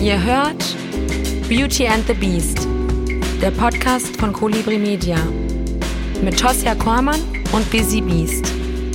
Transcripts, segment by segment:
Ihr hört Beauty and the Beast, der Podcast von Kolibri Media mit Tosja Kormann und Busy Beast.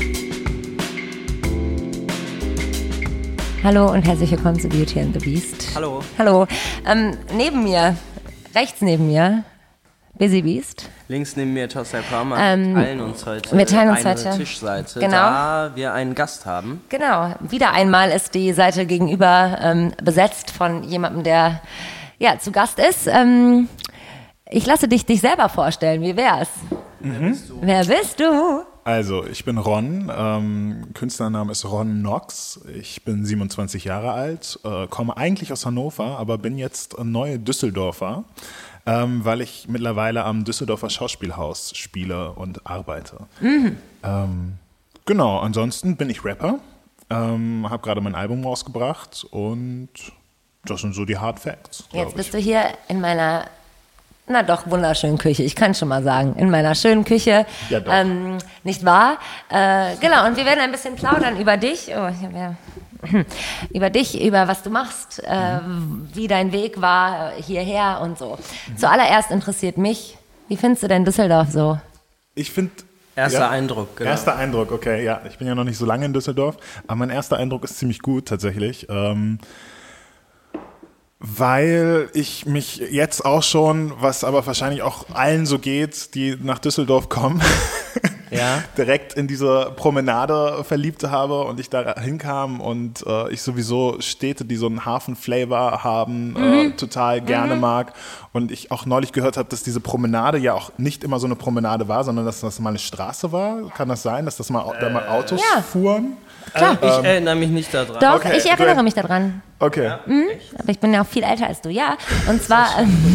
Hallo und herzlich willkommen zu Beauty and the Beast. Hallo. Hallo. Neben mir, rechts neben mir, Busy Beast. Links neben mir Tosja Kormann. Wir teilen uns heute eine Tischseite, genau. Da wir einen Gast haben. Genau, wieder einmal ist die Seite gegenüber besetzt von jemandem, der ja zu Gast ist. Ich lasse dich selber vorstellen, wie wär's? Wer bist du? Also, ich bin Ron, Künstlername ist Ron Knox, ich bin 27 Jahre alt, komme eigentlich aus Hannover, aber bin jetzt neue Düsseldorfer, weil ich mittlerweile am Düsseldorfer Schauspielhaus spiele und arbeite. Genau, ansonsten bin ich Rapper, habe gerade mein Album rausgebracht und das sind so die Hard Facts. Jetzt bist du hier in meiner... Na doch, wunderschönen Küche. Ich kann schon mal sagen, in meiner schönen Küche. Ja, doch. Nicht wahr? Genau, und wir werden ein bisschen plaudern über dich. Über dich, über was du machst, wie dein Weg war hierher und so. Zuallererst interessiert mich, wie findest du denn Düsseldorf so? Ich finde... Erster Eindruck, genau. Erster Eindruck, okay, ja. Ich bin ja noch nicht so lange in Düsseldorf, aber mein erster Eindruck ist ziemlich gut tatsächlich. Weil ich mich jetzt auch schon, was aber wahrscheinlich auch allen so geht, die nach Düsseldorf kommen, direkt in diese Promenade verliebt habe und ich da hinkam und ich sowieso Städte, die so einen Hafen-Flavor haben, total gerne mag. Und ich auch neulich gehört habe, dass diese Promenade ja auch nicht immer so eine Promenade war, sondern dass das mal eine Straße war. Kann das sein, dass das mal, da mal Autos fuhren? Klar. Ich erinnere mich nicht daran. Doch, okay, ich erinnere mich daran. Okay. Aber ich bin ja auch viel älter als du, ja. Und zwar,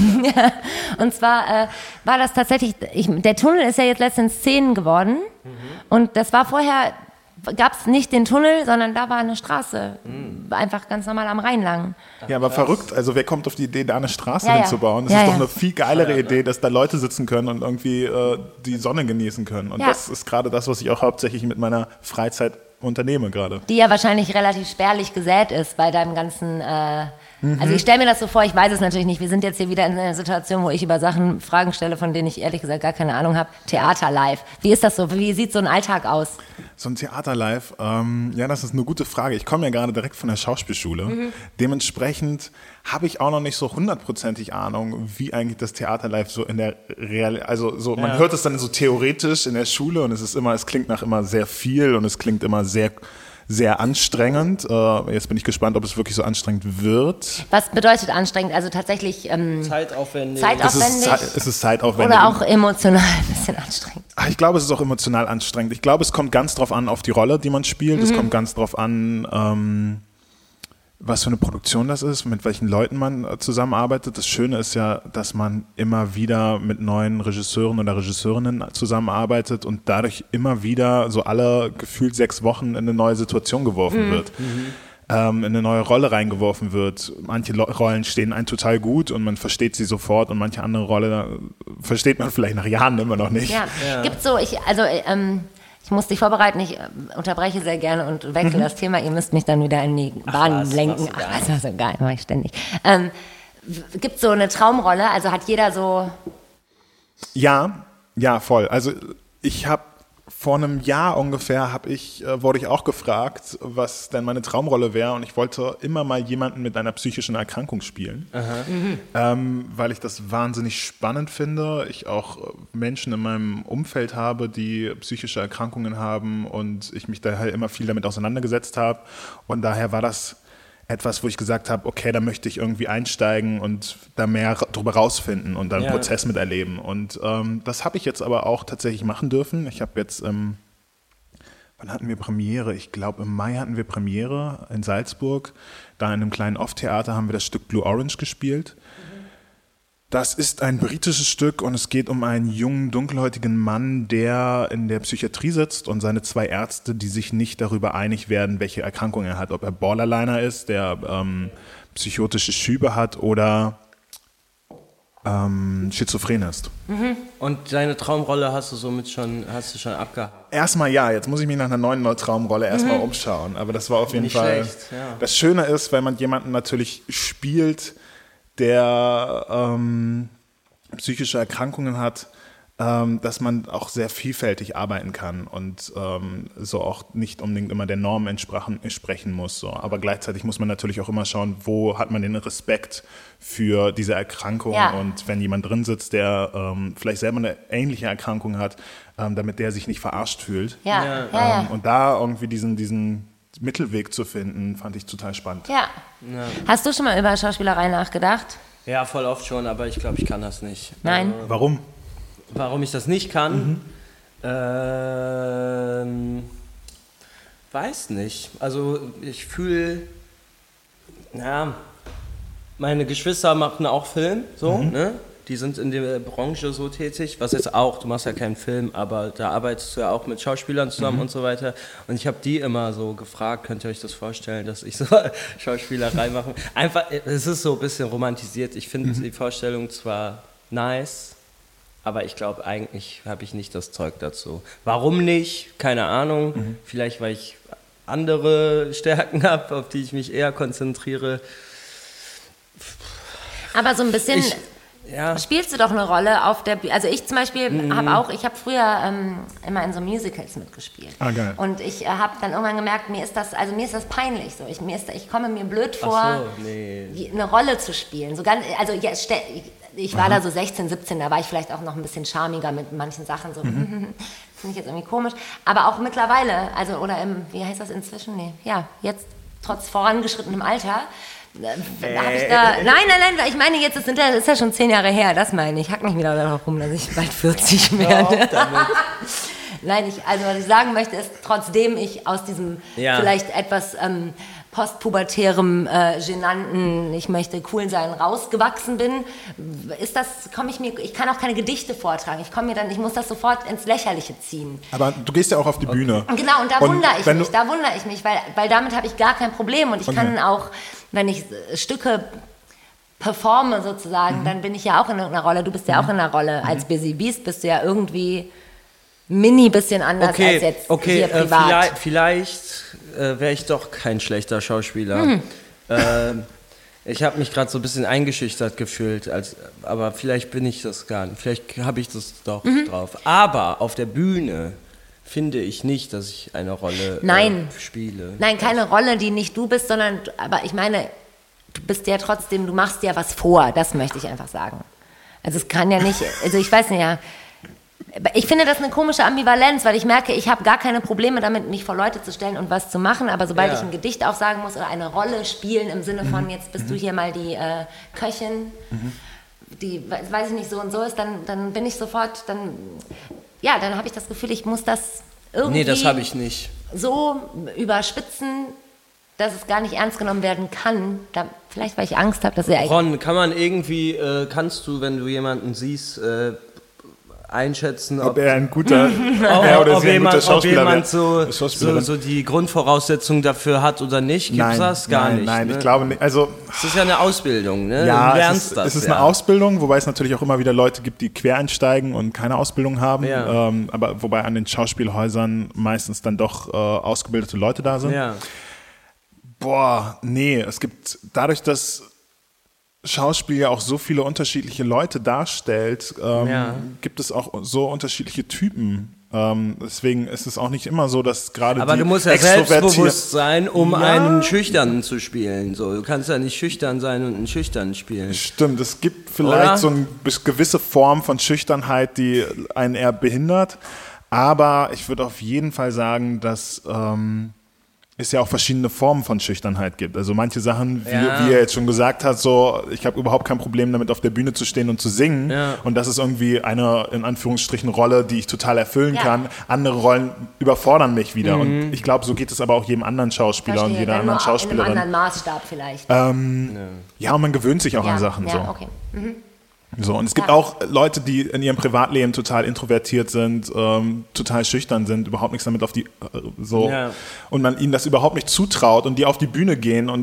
war das tatsächlich, der Tunnel ist ja jetzt letztens 10 geworden. Und das war vorher, gab es nicht den Tunnel, sondern da war eine Straße. Einfach ganz normal am Rhein lang. Ja, aber verrückt. Also wer kommt auf die Idee, da eine Straße Ja, hinzubauen? Das ja. ist doch eine viel geilere Idee, dass da Leute sitzen können und irgendwie die Sonne genießen können. Und das ist gerade das, was ich auch hauptsächlich mit meiner Freizeit unternehme gerade. Die ja wahrscheinlich relativ spärlich gesät ist bei deinem ganzen... Also ich stelle mir das so vor, ich weiß es natürlich nicht. Wir sind jetzt hier wieder in einer Situation, wo ich über Fragen stelle, von denen ich ehrlich gesagt gar keine Ahnung habe. Theater live. Wie ist das so? Wie sieht so ein Alltag aus? So ein Theater live, ja, das ist eine gute Frage. Ich komme ja gerade direkt von der Schauspielschule. Dementsprechend habe ich auch noch nicht so 100%ig Ahnung, wie eigentlich das Theater live so in der man hört es dann so theoretisch in der Schule und es klingt nach immer sehr viel und es klingt immer sehr, sehr anstrengend. Jetzt bin ich gespannt, ob es wirklich so anstrengend wird. Was bedeutet anstrengend? Also tatsächlich Zeitaufwendig. Es ist zeitaufwendig. Oder auch emotional ein bisschen anstrengend. Ich glaube, es ist auch emotional anstrengend. Ich glaube, es kommt ganz drauf an, auf die Rolle, die man spielt. Es kommt ganz drauf an, was für eine Produktion das ist, mit welchen Leuten man zusammenarbeitet. Das Schöne ist ja, dass man immer wieder mit neuen Regisseuren oder Regisseurinnen zusammenarbeitet und dadurch immer wieder so alle gefühlt 6 Wochen in eine neue Situation geworfen wird. In eine neue Rolle reingeworfen wird. Manche Rollen stehen einem total gut und man versteht sie sofort und manche andere Rolle versteht man vielleicht nach Jahren immer noch nicht. Ja. Gibt's so, ich muss dich vorbereiten, ich unterbreche sehr gerne und wechsle das Thema. Ihr müsst mich dann wieder in die Bahn lenken. Das ist so geil, mache ich ständig. Gibt es so eine Traumrolle? Also hat jeder so... Ja, voll. Also ich habe vor einem Jahr ungefähr wurde ich auch gefragt, was denn meine Traumrolle wäre und ich wollte immer mal jemanden mit einer psychischen Erkrankung spielen, weil ich das wahnsinnig spannend finde. Ich auch Menschen in meinem Umfeld habe, die psychische Erkrankungen haben und ich mich daher immer viel damit auseinandergesetzt habe und daher war das etwas, wo ich gesagt habe, okay, da möchte ich irgendwie einsteigen und da mehr drüber rausfinden und dann einen Prozess miterleben. Und das habe ich jetzt aber auch tatsächlich machen dürfen. Ich habe jetzt, wann hatten wir Premiere? Ich glaube, im Mai hatten wir Premiere in Salzburg. Da in einem kleinen Off-Theater haben wir das Stück Blue Orange gespielt. Das ist ein britisches Stück und es geht um einen jungen, dunkelhäutigen Mann, der in der Psychiatrie sitzt und seine 2 Ärzte, die sich nicht darüber einig werden, welche Erkrankung er hat. Ob er Borderliner ist, der psychotische Schübe hat oder schizophren ist. Und deine Traumrolle hast du schon abgehakt? Erstmal ja, jetzt muss ich mich nach einer neuen Traumrolle erstmal umschauen, aber das war auf jeden Nicht Fall. schlecht, ja. Das Schöne ist, wenn man jemanden natürlich spielt, der psychische Erkrankungen hat, dass man auch sehr vielfältig arbeiten kann und so auch nicht unbedingt immer der Norm entsprechen muss. So. Aber gleichzeitig muss man natürlich auch immer schauen, wo hat man den Respekt für diese Erkrankung und wenn jemand drin sitzt, der vielleicht selber eine ähnliche Erkrankung hat, damit der sich nicht verarscht fühlt. Und da irgendwie diesen Mittelweg zu finden, fand ich total spannend. Ja. Hast du schon mal über Schauspielerei nachgedacht? Ja, voll oft schon, aber ich glaube, ich kann das nicht. Nein. Warum? Warum ich das nicht kann? Weiß nicht. Also ich fühle, meine Geschwister machen auch Film, so, ne? Die sind in der Branche so tätig, was jetzt auch, du machst ja keinen Film, aber da arbeitest du ja auch mit Schauspielern zusammen und so weiter. Und ich habe die immer so gefragt, könnt ihr euch das vorstellen, dass ich so Schauspielerei mache? Einfach, es ist so ein bisschen romantisiert. Ich finde die Vorstellung zwar nice, aber ich glaube, eigentlich habe ich nicht das Zeug dazu. Warum nicht? Keine Ahnung. Vielleicht, weil ich andere Stärken habe, auf die ich mich eher konzentriere. Aber so ein bisschen spielst du doch eine Rolle auf der Bühne. Also ich zum Beispiel ich habe früher immer in so Musicals mitgespielt. Ah, geil. Und ich habe dann irgendwann gemerkt, mir ist das peinlich. So. Ich komme mir blöd vor, eine Rolle zu spielen. So ganz, also ich war da so 16, 17, da war ich vielleicht auch noch ein bisschen charmiger mit manchen Sachen. So, finde ich jetzt irgendwie komisch. Aber auch mittlerweile, wie heißt das inzwischen? Jetzt trotz vorangeschrittenem Alter, habe ich da. Nein, ich meine, jetzt ist ja schon 10 Jahre her, das meine ich. Hack nicht wieder darauf rum, dass ich bald 40 werde. Nein, was ich sagen möchte, ist, trotzdem ich aus diesem vielleicht etwas postpubertärem, genannten, ich möchte cool sein, rausgewachsen bin, ich kann auch keine Gedichte vortragen. Ich muss das sofort ins Lächerliche ziehen. Aber du gehst ja auch auf die Bühne. Genau, und da wundere ich mich, weil damit habe ich gar kein Problem und ich kann auch, wenn ich Stücke performe sozusagen, dann bin ich ja auch in irgendeiner Rolle. Du bist ja auch in einer Rolle. Als Busy Beast bist du ja irgendwie bisschen anders als jetzt hier privat. Vielleicht wäre ich doch kein schlechter Schauspieler. Ich habe mich gerade so ein bisschen eingeschüchtert gefühlt, aber vielleicht bin ich das gar nicht. Vielleicht habe ich das doch drauf. Aber auf der Bühne finde ich nicht, dass ich eine Rolle spiele. Nein, keine Rolle, die nicht du bist, aber ich meine, du bist ja trotzdem, du machst ja was vor, das möchte ich einfach sagen. Also es kann ja nicht, ich weiß nicht, ich finde das eine komische Ambivalenz, weil ich merke, ich habe gar keine Probleme damit, mich vor Leute zu stellen und was zu machen, aber sobald ich ein Gedicht aufsagen muss oder eine Rolle spielen im Sinne von, jetzt bist du hier mal die Köchin, die, weiß ich nicht, so und so ist, dann bin ich sofort, dann habe ich das Gefühl, ich muss das irgendwie das habe ich nicht. So überspitzen, dass es gar nicht ernst genommen werden kann. Vielleicht, weil ich Angst habe, dass Ron, kann man irgendwie, kannst du, wenn du jemanden siehst, einschätzen, ob er ein guter Schauspieler wäre. So die Grundvoraussetzungen dafür hat oder nicht, gibt es das gar nicht. Nein, ne? Ich glaube nicht. Also, es ist ja eine Ausbildung, ne? Ja, du lernst es ist eine Ausbildung, wobei es natürlich auch immer wieder Leute gibt, die quer einsteigen und keine Ausbildung haben. Ja. Aber wobei an den Schauspielhäusern meistens dann doch ausgebildete Leute da sind. Ja. Es gibt dadurch, dass Schauspiel ja auch so viele unterschiedliche Leute darstellt, gibt es auch so unterschiedliche Typen. Deswegen ist es auch nicht immer so, dass gerade aber die du musst ja selbstbewusst sein, um einen Schüchternen zu spielen. So, du kannst ja nicht schüchtern sein und einen Schüchternen spielen. Stimmt, es gibt vielleicht so eine gewisse Form von Schüchternheit, die einen eher behindert. Aber ich würde auf jeden Fall sagen, dass es ja auch verschiedene Formen von Schüchternheit gibt. Also manche Sachen, wie er jetzt schon gesagt hat, so, ich habe überhaupt kein Problem damit, auf der Bühne zu stehen und zu singen. Ja. Und das ist irgendwie eine, in Anführungsstrichen, Rolle, die ich total erfüllen kann. Andere Rollen überfordern mich wieder. Und ich glaube, so geht es aber auch jedem anderen Schauspieler und jeder anderen Schauspielerin. In einem anderen Maßstab vielleicht. Ja, und man gewöhnt sich auch an Sachen. So. Okay. Mhm. So, und es gibt auch Leute, die in ihrem Privatleben total introvertiert sind, total schüchtern sind, überhaupt nichts damit und man ihnen das überhaupt nicht zutraut und die auf die Bühne gehen und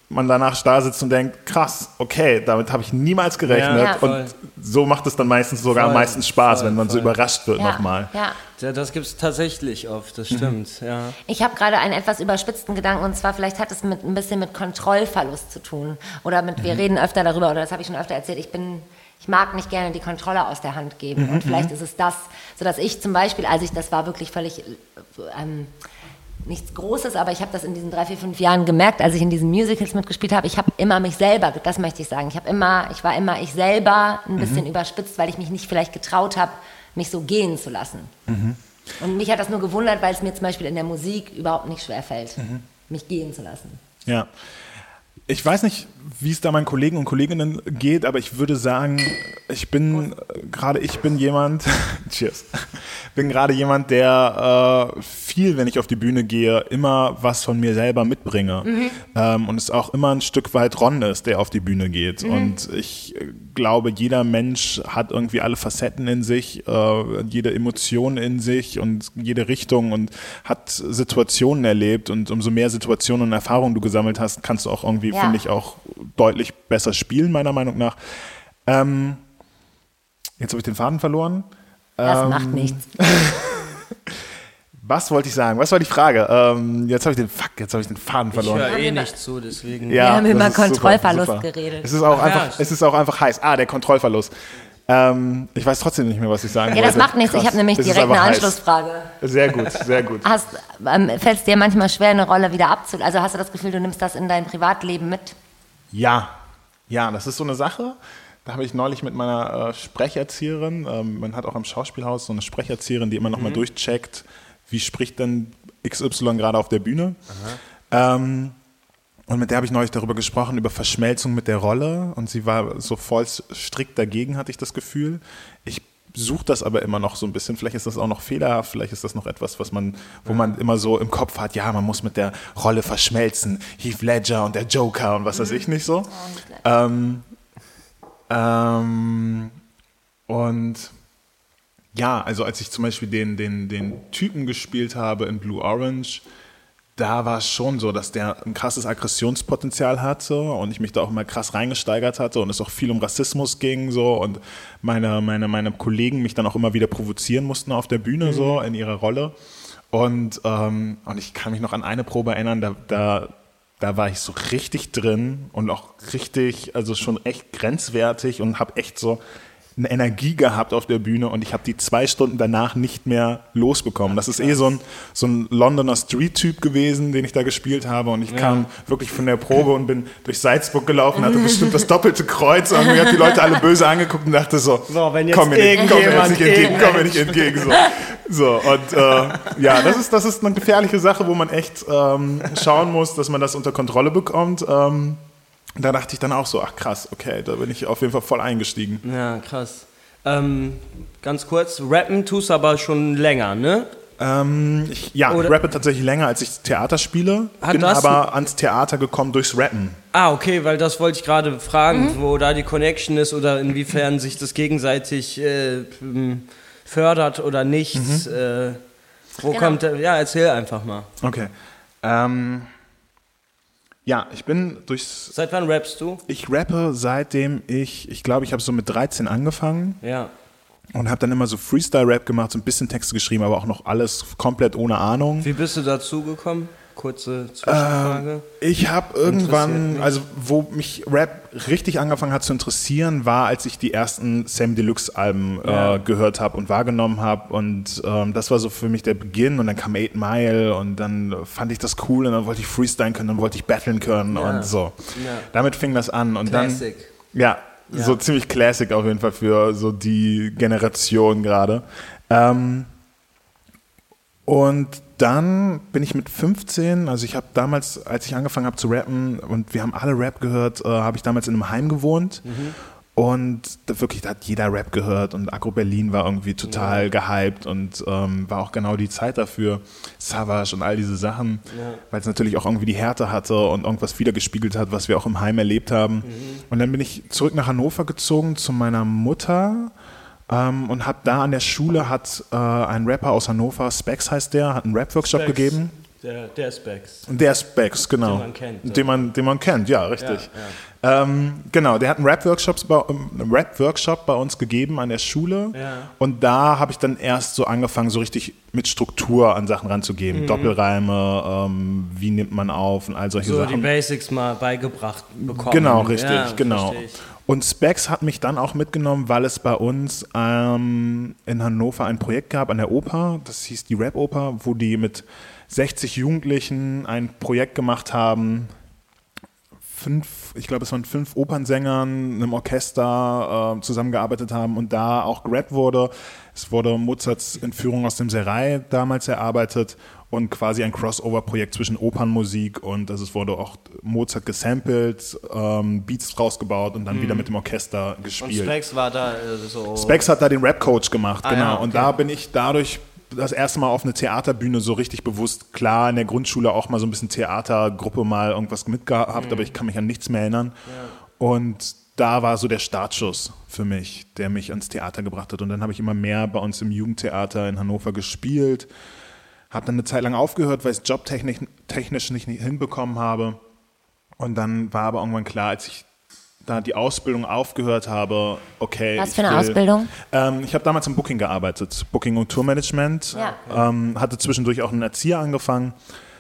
man danach da sitzt und denkt, krass, okay, damit habe ich niemals gerechnet. Ja. Und so macht es dann meistens sogar meistens Spaß, wenn man so überrascht wird nochmal. Ja, das gibt es tatsächlich oft, das stimmt, ja. Ich habe gerade einen etwas überspitzten Gedanken, und zwar vielleicht hat es ein bisschen mit Kontrollverlust zu tun. Oder wir reden öfter darüber, oder das habe ich schon öfter erzählt, ich mag nicht gerne die Kontrolle aus der Hand geben. Und vielleicht ist es das, sodass ich zum Beispiel, das war wirklich völlig nichts Großes, aber ich habe das in diesen 3, 4, 5 Jahren gemerkt, als ich in diesen Musicals mitgespielt habe. Ich habe immer mich selber, das möchte ich sagen, ich war immer ich selber ein bisschen überspitzt, weil ich mich nicht vielleicht getraut habe, mich so gehen zu lassen. Und mich hat das nur gewundert, weil es mir zum Beispiel in der Musik überhaupt nicht schwerfällt, mich gehen zu lassen. Ja. Ich weiß nicht, wie es da meinen Kollegen und Kolleginnen geht, aber ich würde sagen, ich bin jemand, cheers, bin gerade jemand, der viel, wenn ich auf die Bühne gehe, immer was von mir selber mitbringe. Und es auch immer ein Stück weit Ron ist, der auf die Bühne geht. Und ich glaube, jeder Mensch hat irgendwie alle Facetten in sich, jede Emotion in sich und jede Richtung und hat Situationen erlebt. Und umso mehr Situationen und Erfahrungen du gesammelt hast, kannst du auch irgendwie, finde ich, auch deutlich besser spielen, meiner Meinung nach. Jetzt habe ich den Faden verloren. Das macht nichts. Was wollte ich sagen? Was war die Frage? Jetzt habe ich den Faden verloren. Ich höre nicht zu, deswegen. Wir haben über Kontrollverlust geredet. Es ist auch einfach heiß. Der Kontrollverlust. Ich weiß trotzdem nicht mehr, was ich sagen wollte. Ja, das macht nichts. Krass. Ich habe nämlich direkt eine Anschlussfrage. Sehr gut, sehr gut. Fällt es dir manchmal schwer, eine Rolle wieder abzulegen? Also hast du das Gefühl, du nimmst das in dein Privatleben mit? Ja, das ist so eine Sache. Da habe ich neulich mit meiner Sprecherzieherin, man hat auch am Schauspielhaus so eine Sprecherzieherin, die immer noch mal durchcheckt, wie spricht denn XY gerade auf der Bühne. Und mit der habe ich neulich darüber gesprochen, über Verschmelzung mit der Rolle. Und sie war so voll strikt dagegen, hatte ich das Gefühl. Ich suche das aber immer noch so ein bisschen. Vielleicht ist das auch noch fehlerhaft, vielleicht ist das noch etwas, wo man immer so im Kopf hat, ja, man muss mit der Rolle verschmelzen. Heath Ledger und der Joker und was weiß ich nicht so. Und ja, also als ich zum Beispiel den Typen gespielt habe in Blue Orange, da war es schon so, dass der ein krasses Aggressionspotenzial hatte und ich mich da auch immer krass reingesteigert hatte und es auch viel um Rassismus ging so und meine Kollegen mich dann auch immer wieder provozieren mussten auf der Bühne so in ihrer Rolle und ich kann mich noch an eine Probe erinnern, da war ich so richtig drin und auch richtig, also schon echt grenzwertig und habe echt so eine Energie gehabt auf der Bühne und ich habe die 2 Stunden danach nicht mehr losbekommen. Das ist so ein Londoner Street-Typ gewesen, den ich da gespielt habe und ich kam wirklich von der Probe und bin durch Salzburg gelaufen, hatte bestimmt das doppelte Kreuz und mir hat die Leute alle böse angeguckt und dachte so wenn jetzt komm mir nicht entgegen. So, und das ist eine gefährliche Sache, wo man echt schauen muss, dass man das unter Kontrolle bekommt. Da dachte ich dann auch so, ach krass, okay, da bin ich auf jeden Fall voll eingestiegen. Ja, krass. Ganz kurz, rappen tust aber schon länger, ne? Ich rappe tatsächlich länger, als ich Theater spiele, bin aber ans Theater gekommen durchs Rappen. Ah, okay, weil das wollte ich gerade fragen, wo da die Connection ist oder inwiefern sich das gegenseitig fördert oder nicht. Erzähl einfach mal. Okay. Ich bin durchs... Seit wann rappst du? Ich rappe seitdem ich glaube, ich habe so mit 13 angefangen. Ja. Und habe dann immer so Freestyle-Rap gemacht, so ein bisschen Texte geschrieben, aber auch noch alles komplett ohne Ahnung. Wie bist du dazu gekommen? Kurze Zwischenfrage. Ich habe irgendwann, also wo mich Rap richtig angefangen hat zu interessieren, war, als ich die ersten Samy Deluxe Alben gehört habe und wahrgenommen habe und das war so für mich der Beginn und dann kam 8 Mile und dann fand ich das cool und dann wollte ich freestylen können, dann wollte ich battlen können und so. Ja. Damit fing das an und Classic. Dann, so ziemlich Classic auf jeden Fall für so die Generation gerade. Und dann bin ich mit 15, also ich habe damals, als ich angefangen habe zu rappen und wir haben alle Rap gehört, habe ich damals in einem Heim gewohnt und da hat jeder Rap gehört und Agro Berlin war irgendwie total gehypt und war auch genau die Zeit dafür, Savage und all diese Sachen, weil es natürlich auch irgendwie die Härte hatte und irgendwas wiedergespiegelt hat, was wir auch im Heim erlebt haben. Und dann bin ich zurück nach Hannover gezogen zu meiner Mutter. Und habe da an der Schule ein Rapper aus Hannover, Specs heißt der, hat einen Rap-Workshop gegeben. Der Specs. Der Specs, genau. Den man kennt. So. Den man kennt, ja, richtig. Ja. Genau, der hat einen Rap-Workshop bei uns gegeben an der Schule. Ja. Und da habe ich dann erst so angefangen, so richtig mit Struktur an Sachen ranzugeben. Doppelreime, wie nimmt man auf und all solche Sachen. So die Basics mal beigebracht bekommen. Genau, richtig, ja, genau. Und Specs hat mich dann auch mitgenommen, weil es bei uns in Hannover ein Projekt gab an der Oper, das hieß die Rap-Oper, wo die mit 60 Jugendlichen ein Projekt gemacht haben. Ich glaube, es waren 5 Opernsängern, einem Orchester zusammengearbeitet haben und da auch gerappt wurde. Es wurde Mozarts Entführung aus dem Serail damals erarbeitet und quasi ein Crossover-Projekt zwischen Opernmusik und es wurde auch Mozart gesampelt, Beats rausgebaut und dann wieder mit dem Orchester gespielt. Und Specs war da so... Specs hat da den Rap-Coach gemacht, genau. Ja, okay. Und da bin ich dadurch das erste Mal auf eine Theaterbühne so richtig bewusst, klar in der Grundschule auch mal so ein bisschen Theatergruppe mal irgendwas mitgehabt, aber ich kann mich an nichts mehr erinnern. Ja. Und da war so der Startschuss für mich, der mich ans Theater gebracht hat. Und dann habe ich immer mehr bei uns im Jugendtheater in Hannover gespielt, habe dann eine Zeit lang aufgehört, weil ich es jobtechnisch nicht hinbekommen habe. Und dann war aber irgendwann klar, als ich da die Ausbildung aufgehört habe, okay. Was für eine Ausbildung? Ich habe damals im Booking gearbeitet, Booking und Tourmanagement. Ja. Hatte zwischendurch auch einen Erzieher angefangen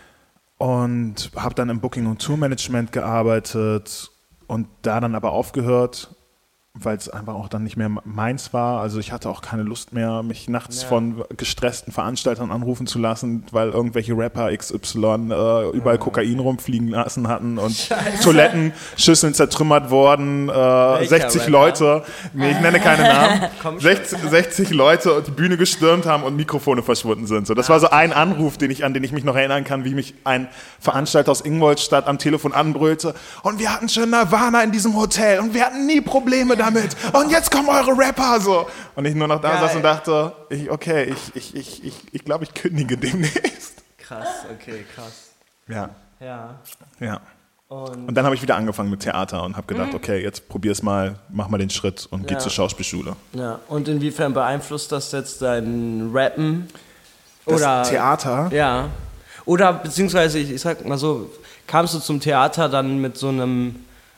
und habe dann im Booking und Tourmanagement gearbeitet und da dann aber aufgehört, weil es einfach auch dann nicht mehr meins war. Also ich hatte auch keine Lust mehr, mich nachts von gestressten Veranstaltern anrufen zu lassen, weil irgendwelche Rapper XY überall Kokain rumfliegen lassen hatten und Toilettenschüsseln zertrümmert worden. 60 Rapper? Leute, nee, ich nenne keine Namen, 60 Leute und die Bühne gestürmt haben und Mikrofone verschwunden sind. So, das war so ein Anruf, an den ich mich noch erinnern kann, wie mich ein Veranstalter aus Ingolstadt am Telefon anbrüllte. Und wir hatten schon Nirvana in diesem Hotel und wir hatten nie Probleme damit. Und jetzt kommen eure Rapper so. Und ich nur noch da saß und dachte, ich glaube, ich kündige demnächst. Krass, okay, krass. Ja. Und dann habe ich wieder angefangen mit Theater und habe gedacht, okay, jetzt probier's mal, mach mal den Schritt und geh zur Schauspielschule. Ja. Und inwiefern beeinflusst das jetzt dein Rappen? Das Theater? Ja. Oder beziehungsweise, ich sag mal so, kamst du zum Theater dann mit so einem,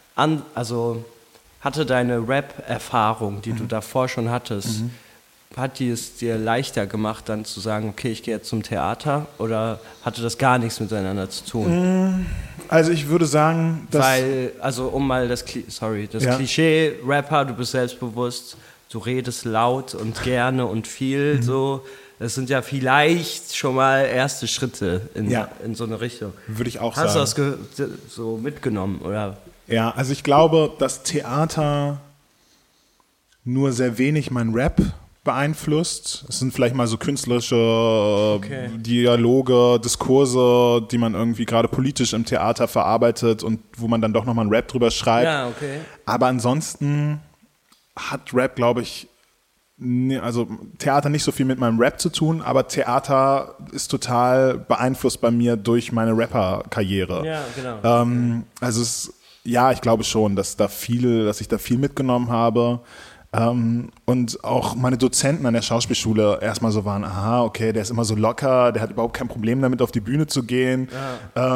hatte deine Rap-Erfahrung, die du davor schon hattest, hat die es dir leichter gemacht, dann zu sagen, okay, ich gehe jetzt zum Theater, oder hatte das gar nichts miteinander zu tun? Also ich würde sagen, dass... Weil, also um mal das Klischee, Rapper, du bist selbstbewusst, du redest laut und gerne und viel, so, das sind ja vielleicht schon mal erste Schritte in so eine Richtung. Würde ich auch sagen. Hast du das so mitgenommen, oder... Ja, also ich glaube, dass Theater nur sehr wenig mein Rap beeinflusst. Es sind vielleicht mal so künstlerische Dialoge, Diskurse, die man irgendwie gerade politisch im Theater verarbeitet und wo man dann doch nochmal einen Rap drüber schreibt. Ja, okay. Aber ansonsten hat Rap, glaube ich, also Theater nicht so viel mit meinem Rap zu tun, aber Theater ist total beeinflusst bei mir durch meine Rapper-Karriere. Ja, genau. Also ich glaube schon, dass ich da viel mitgenommen habe. Und auch meine Dozenten an der Schauspielschule erstmal so waren, aha, okay, der ist immer so locker, der hat überhaupt kein Problem damit, auf die Bühne zu gehen. Ja.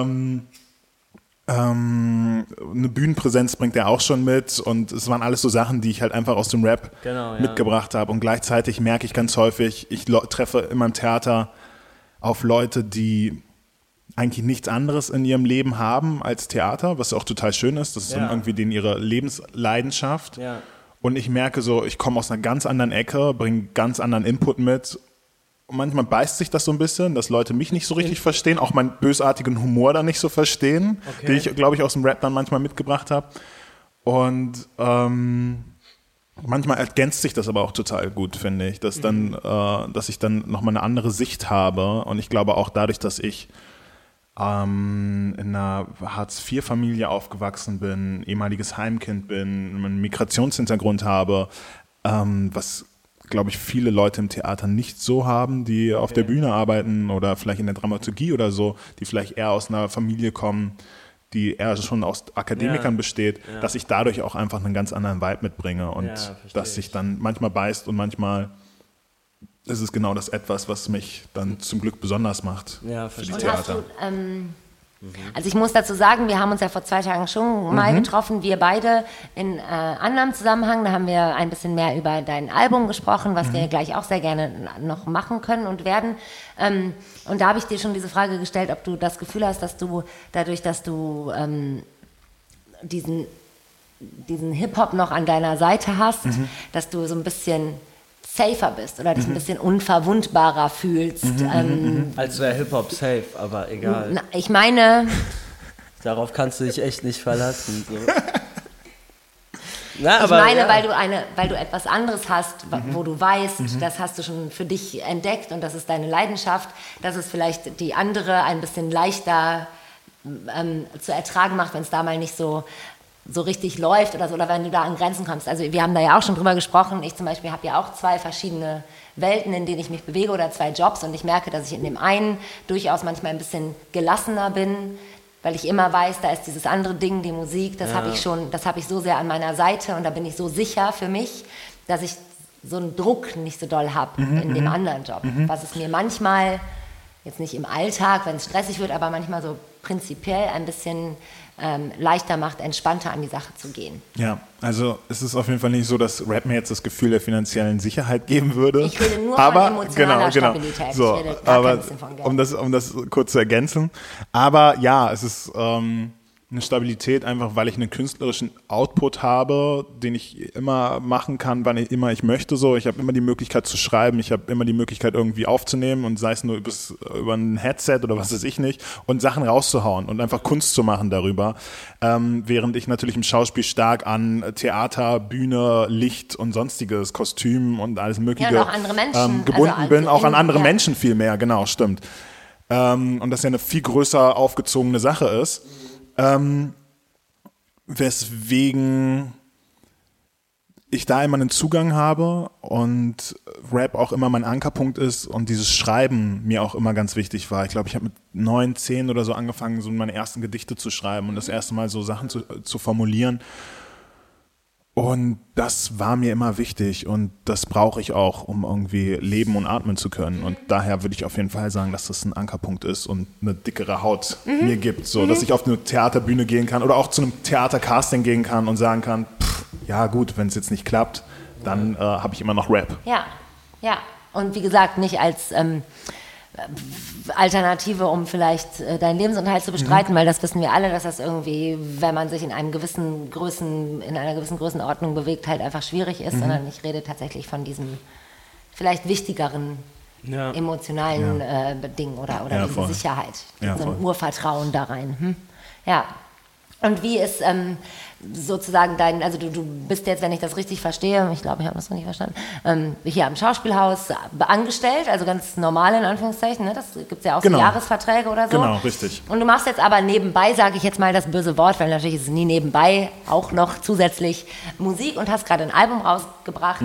Eine Bühnenpräsenz bringt er auch schon mit und es waren alles so Sachen, die ich halt einfach aus dem Rap mitgebracht habe. Und gleichzeitig merke ich ganz häufig, ich treffe in meinem Theater auf Leute, die eigentlich nichts anderes in ihrem Leben haben als Theater, was auch total schön ist. Das ist dann irgendwie denen ihre Lebensleidenschaft. Ja. Und ich merke so, ich komme aus einer ganz anderen Ecke, bringe ganz anderen Input mit. Und manchmal beißt sich das so ein bisschen, dass Leute mich nicht so richtig verstehen, auch meinen bösartigen Humor dann nicht so verstehen, den ich, glaube ich, aus dem Rap dann manchmal mitgebracht habe. Und manchmal ergänzt sich das aber auch total gut, finde ich, dass ich dann nochmal eine andere Sicht habe. Und ich glaube auch dadurch, dass ich in einer Hartz-IV-Familie aufgewachsen bin, ehemaliges Heimkind bin, einen Migrationshintergrund habe, was, glaube ich, viele Leute im Theater nicht so haben, die auf der Bühne arbeiten oder vielleicht in der Dramaturgie oder so, die vielleicht eher aus einer Familie kommen, die eher schon aus Akademikern besteht, dass ich dadurch auch einfach einen ganz anderen Vibe mitbringe und dass sich dann manchmal beißt und manchmal ist es genau das etwas, was mich dann zum Glück besonders macht für die Theater. Also ich muss dazu sagen, wir haben uns ja vor 2 Tagen schon mal getroffen, wir beide in anderem Zusammenhang. Da haben wir ein bisschen mehr über dein Album gesprochen, was wir gleich auch sehr gerne noch machen können und werden. Und da habe ich dir schon diese Frage gestellt, ob du das Gefühl hast, dass du dadurch, dass du diesen Hip-Hop noch an deiner Seite hast, dass du so ein bisschen safer bist oder dich ein bisschen unverwundbarer fühlst. Als wäre Hip-Hop safe, aber egal. Na, ich meine... Darauf kannst du dich echt nicht verlassen. So. Weil du etwas anderes hast, wo du weißt, das hast du schon für dich entdeckt und das ist deine Leidenschaft, dass es vielleicht die andere ein bisschen leichter zu ertragen macht, wenn es da mal nicht so richtig läuft oder so, oder wenn du da an Grenzen kommst. Also wir haben da ja auch schon drüber gesprochen. Ich zum Beispiel habe ja auch 2 verschiedene Welten, in denen ich mich bewege oder 2 Jobs und ich merke, dass ich in dem einen durchaus manchmal ein bisschen gelassener bin, weil ich immer weiß, da ist dieses andere Ding, die Musik, das habe ich so sehr an meiner Seite und da bin ich so sicher für mich, dass ich so einen Druck nicht so doll habe in dem anderen Job. Was es mir manchmal, jetzt nicht im Alltag, wenn es stressig wird, aber manchmal so prinzipiell ein bisschen leichter macht, entspannter an die Sache zu gehen. Ja, also es ist auf jeden Fall nicht so, dass Rap mir jetzt das Gefühl der finanziellen Sicherheit geben würde. Ich rede nur von emotionaler Stabilität. So, ich rede gar kein bisschen von Geld. Um das kurz zu ergänzen. Aber ja, es ist eine Stabilität einfach, weil ich einen künstlerischen Output habe, den ich immer machen kann, wann immer ich möchte. So, ich habe immer die Möglichkeit zu schreiben, ich habe immer die Möglichkeit irgendwie aufzunehmen und sei es nur über ein Headset oder was weiß ich nicht und Sachen rauszuhauen und einfach Kunst zu machen darüber. Während ich natürlich im Schauspiel stark an Theater, Bühne, Licht und sonstiges, Kostüm und alles Mögliche und auch andere Menschen, gebunden bin, auch an andere Menschen viel mehr, genau, stimmt. Und das ja eine viel größer aufgezogene Sache ist. Weswegen ich da immer einen Zugang habe und Rap auch immer mein Ankerpunkt ist und dieses Schreiben mir auch immer ganz wichtig war. Ich glaube, ich habe mit 9, 10 oder so angefangen, so meine ersten Gedichte zu schreiben und das erste Mal so Sachen zu formulieren. Und das war mir immer wichtig und das brauche ich auch, um irgendwie leben und atmen zu können. Und daher würde ich auf jeden Fall sagen, dass das ein Ankerpunkt ist und eine dickere Haut mir gibt, so dass ich auf eine Theaterbühne gehen kann oder auch zu einem Theatercasting gehen kann und sagen kann, ja gut, wenn es jetzt nicht klappt, dann habe ich immer noch Rap. Ja. Und wie gesagt, nicht als Alternative, um vielleicht deinen Lebensunterhalt zu bestreiten, weil das wissen wir alle, dass das irgendwie, wenn man sich in einer gewissen Größenordnung bewegt, halt einfach schwierig ist, sondern ich rede tatsächlich von diesem vielleicht wichtigeren emotionalen Ding oder diese Sicherheit, so ein Urvertrauen da rein. Ja. Und wie ist sozusagen also du bist jetzt, wenn ich das richtig verstehe, ich glaube, ich habe das richtig verstanden, hier am Schauspielhaus angestellt, also ganz normal in Anführungszeichen, ne? Das gibt es ja auch so Jahresverträge oder so. Genau, richtig. Und du machst jetzt aber nebenbei, sage ich jetzt mal das böse Wort, weil natürlich ist es nie nebenbei, auch noch zusätzlich Musik und hast gerade ein Album rausgebracht.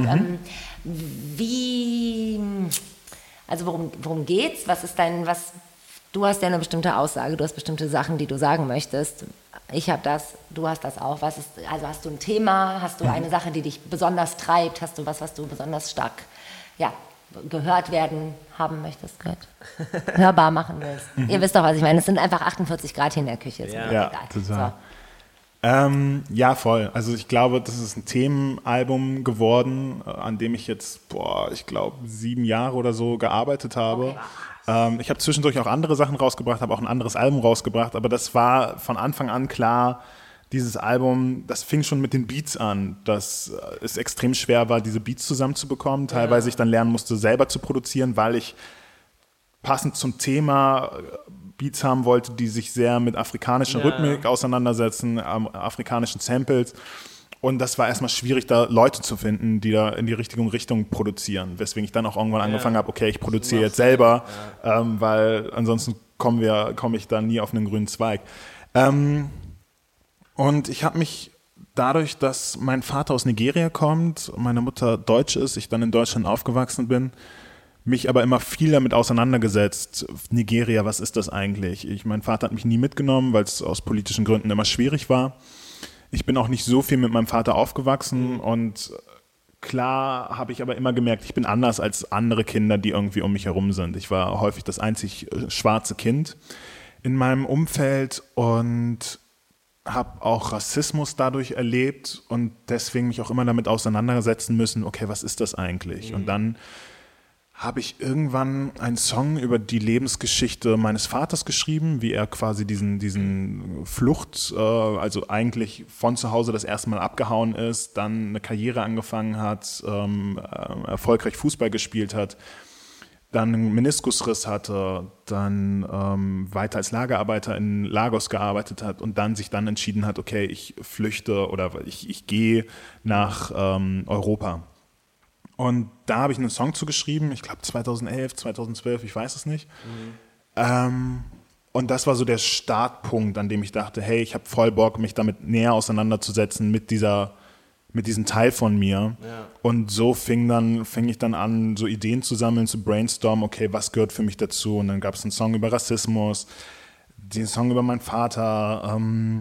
Worum geht's? Du hast ja eine bestimmte Aussage, du hast bestimmte Sachen, die du sagen möchtest. Ich habe das, du hast das auch. Also hast du ein Thema, hast du eine Sache, die dich besonders treibt, hast du was du besonders stark gehört werden haben möchtest, hörbar machen willst. Ihr wisst doch, was ich meine. Es sind einfach 48 Grad hier in der Küche. Ja, total. So. Ja, voll. Also ich glaube, das ist ein Themenalbum geworden, an dem ich jetzt, 7 Jahre oder so gearbeitet habe. Okay. Ich habe zwischendurch auch andere Sachen rausgebracht, habe auch ein anderes Album rausgebracht, aber das war von Anfang an klar, dieses Album, das fing schon mit den Beats an, dass es extrem schwer war, diese Beats zusammenzubekommen. Teilweise ich dann lernen musste, selber zu produzieren, weil ich passend zum Thema Beats haben wollte, die sich sehr mit afrikanischer Rhythmik auseinandersetzen, afrikanischen Samples. Und das war erstmal schwierig, da Leute zu finden, die da in die richtige Richtung produzieren. Weswegen ich dann auch irgendwann angefangen habe, okay, ich produziere jetzt selber, weil ansonsten komme ich da nie auf einen grünen Zweig. Und ich habe mich dadurch, dass mein Vater aus Nigeria kommt und meine Mutter Deutsch ist, ich dann in Deutschland aufgewachsen bin, mich aber immer viel damit auseinandergesetzt. Nigeria, was ist das eigentlich? Mein Vater hat mich nie mitgenommen, weil es aus politischen Gründen immer schwierig war. Ich bin auch nicht so viel mit meinem Vater aufgewachsen und klar habe ich aber immer gemerkt, ich bin anders als andere Kinder, die irgendwie um mich herum sind. Ich war häufig das einzig schwarze Kind in meinem Umfeld und habe auch Rassismus dadurch erlebt und deswegen mich auch immer damit auseinandersetzen müssen, okay, was ist das eigentlich? Und dann habe ich irgendwann einen Song über die Lebensgeschichte meines Vaters geschrieben, wie er quasi diesen Flucht, also eigentlich von zu Hause das erste Mal abgehauen ist, dann eine Karriere angefangen hat, erfolgreich Fußball gespielt hat, dann einen Meniskusriss hatte, dann weiter als Lagerarbeiter in Lagos gearbeitet hat und dann sich dann entschieden hat, okay, ich flüchte oder ich gehe nach Europa. Und da habe ich einen Song zugeschrieben, ich glaube 2011, 2012, ich weiß es nicht. Und das war so der Startpunkt, an dem ich dachte, hey, ich habe voll Bock, mich damit näher auseinanderzusetzen mit diesem Teil von mir. Ja. Und so fing ich dann an, so Ideen zu sammeln, zu brainstormen, okay, was gehört für mich dazu? Und dann gab es einen Song über Rassismus, den Song über meinen Vater,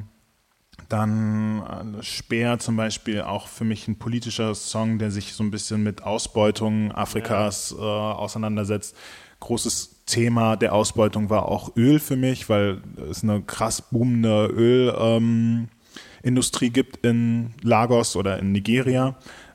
dann Speer zum Beispiel, auch für mich ein politischer Song, der sich so ein bisschen mit Ausbeutung Afrikas auseinandersetzt. Großes Thema der Ausbeutung war auch Öl für mich, weil es eine krass boomende Ölindustrie gibt in Lagos oder in Nigeria.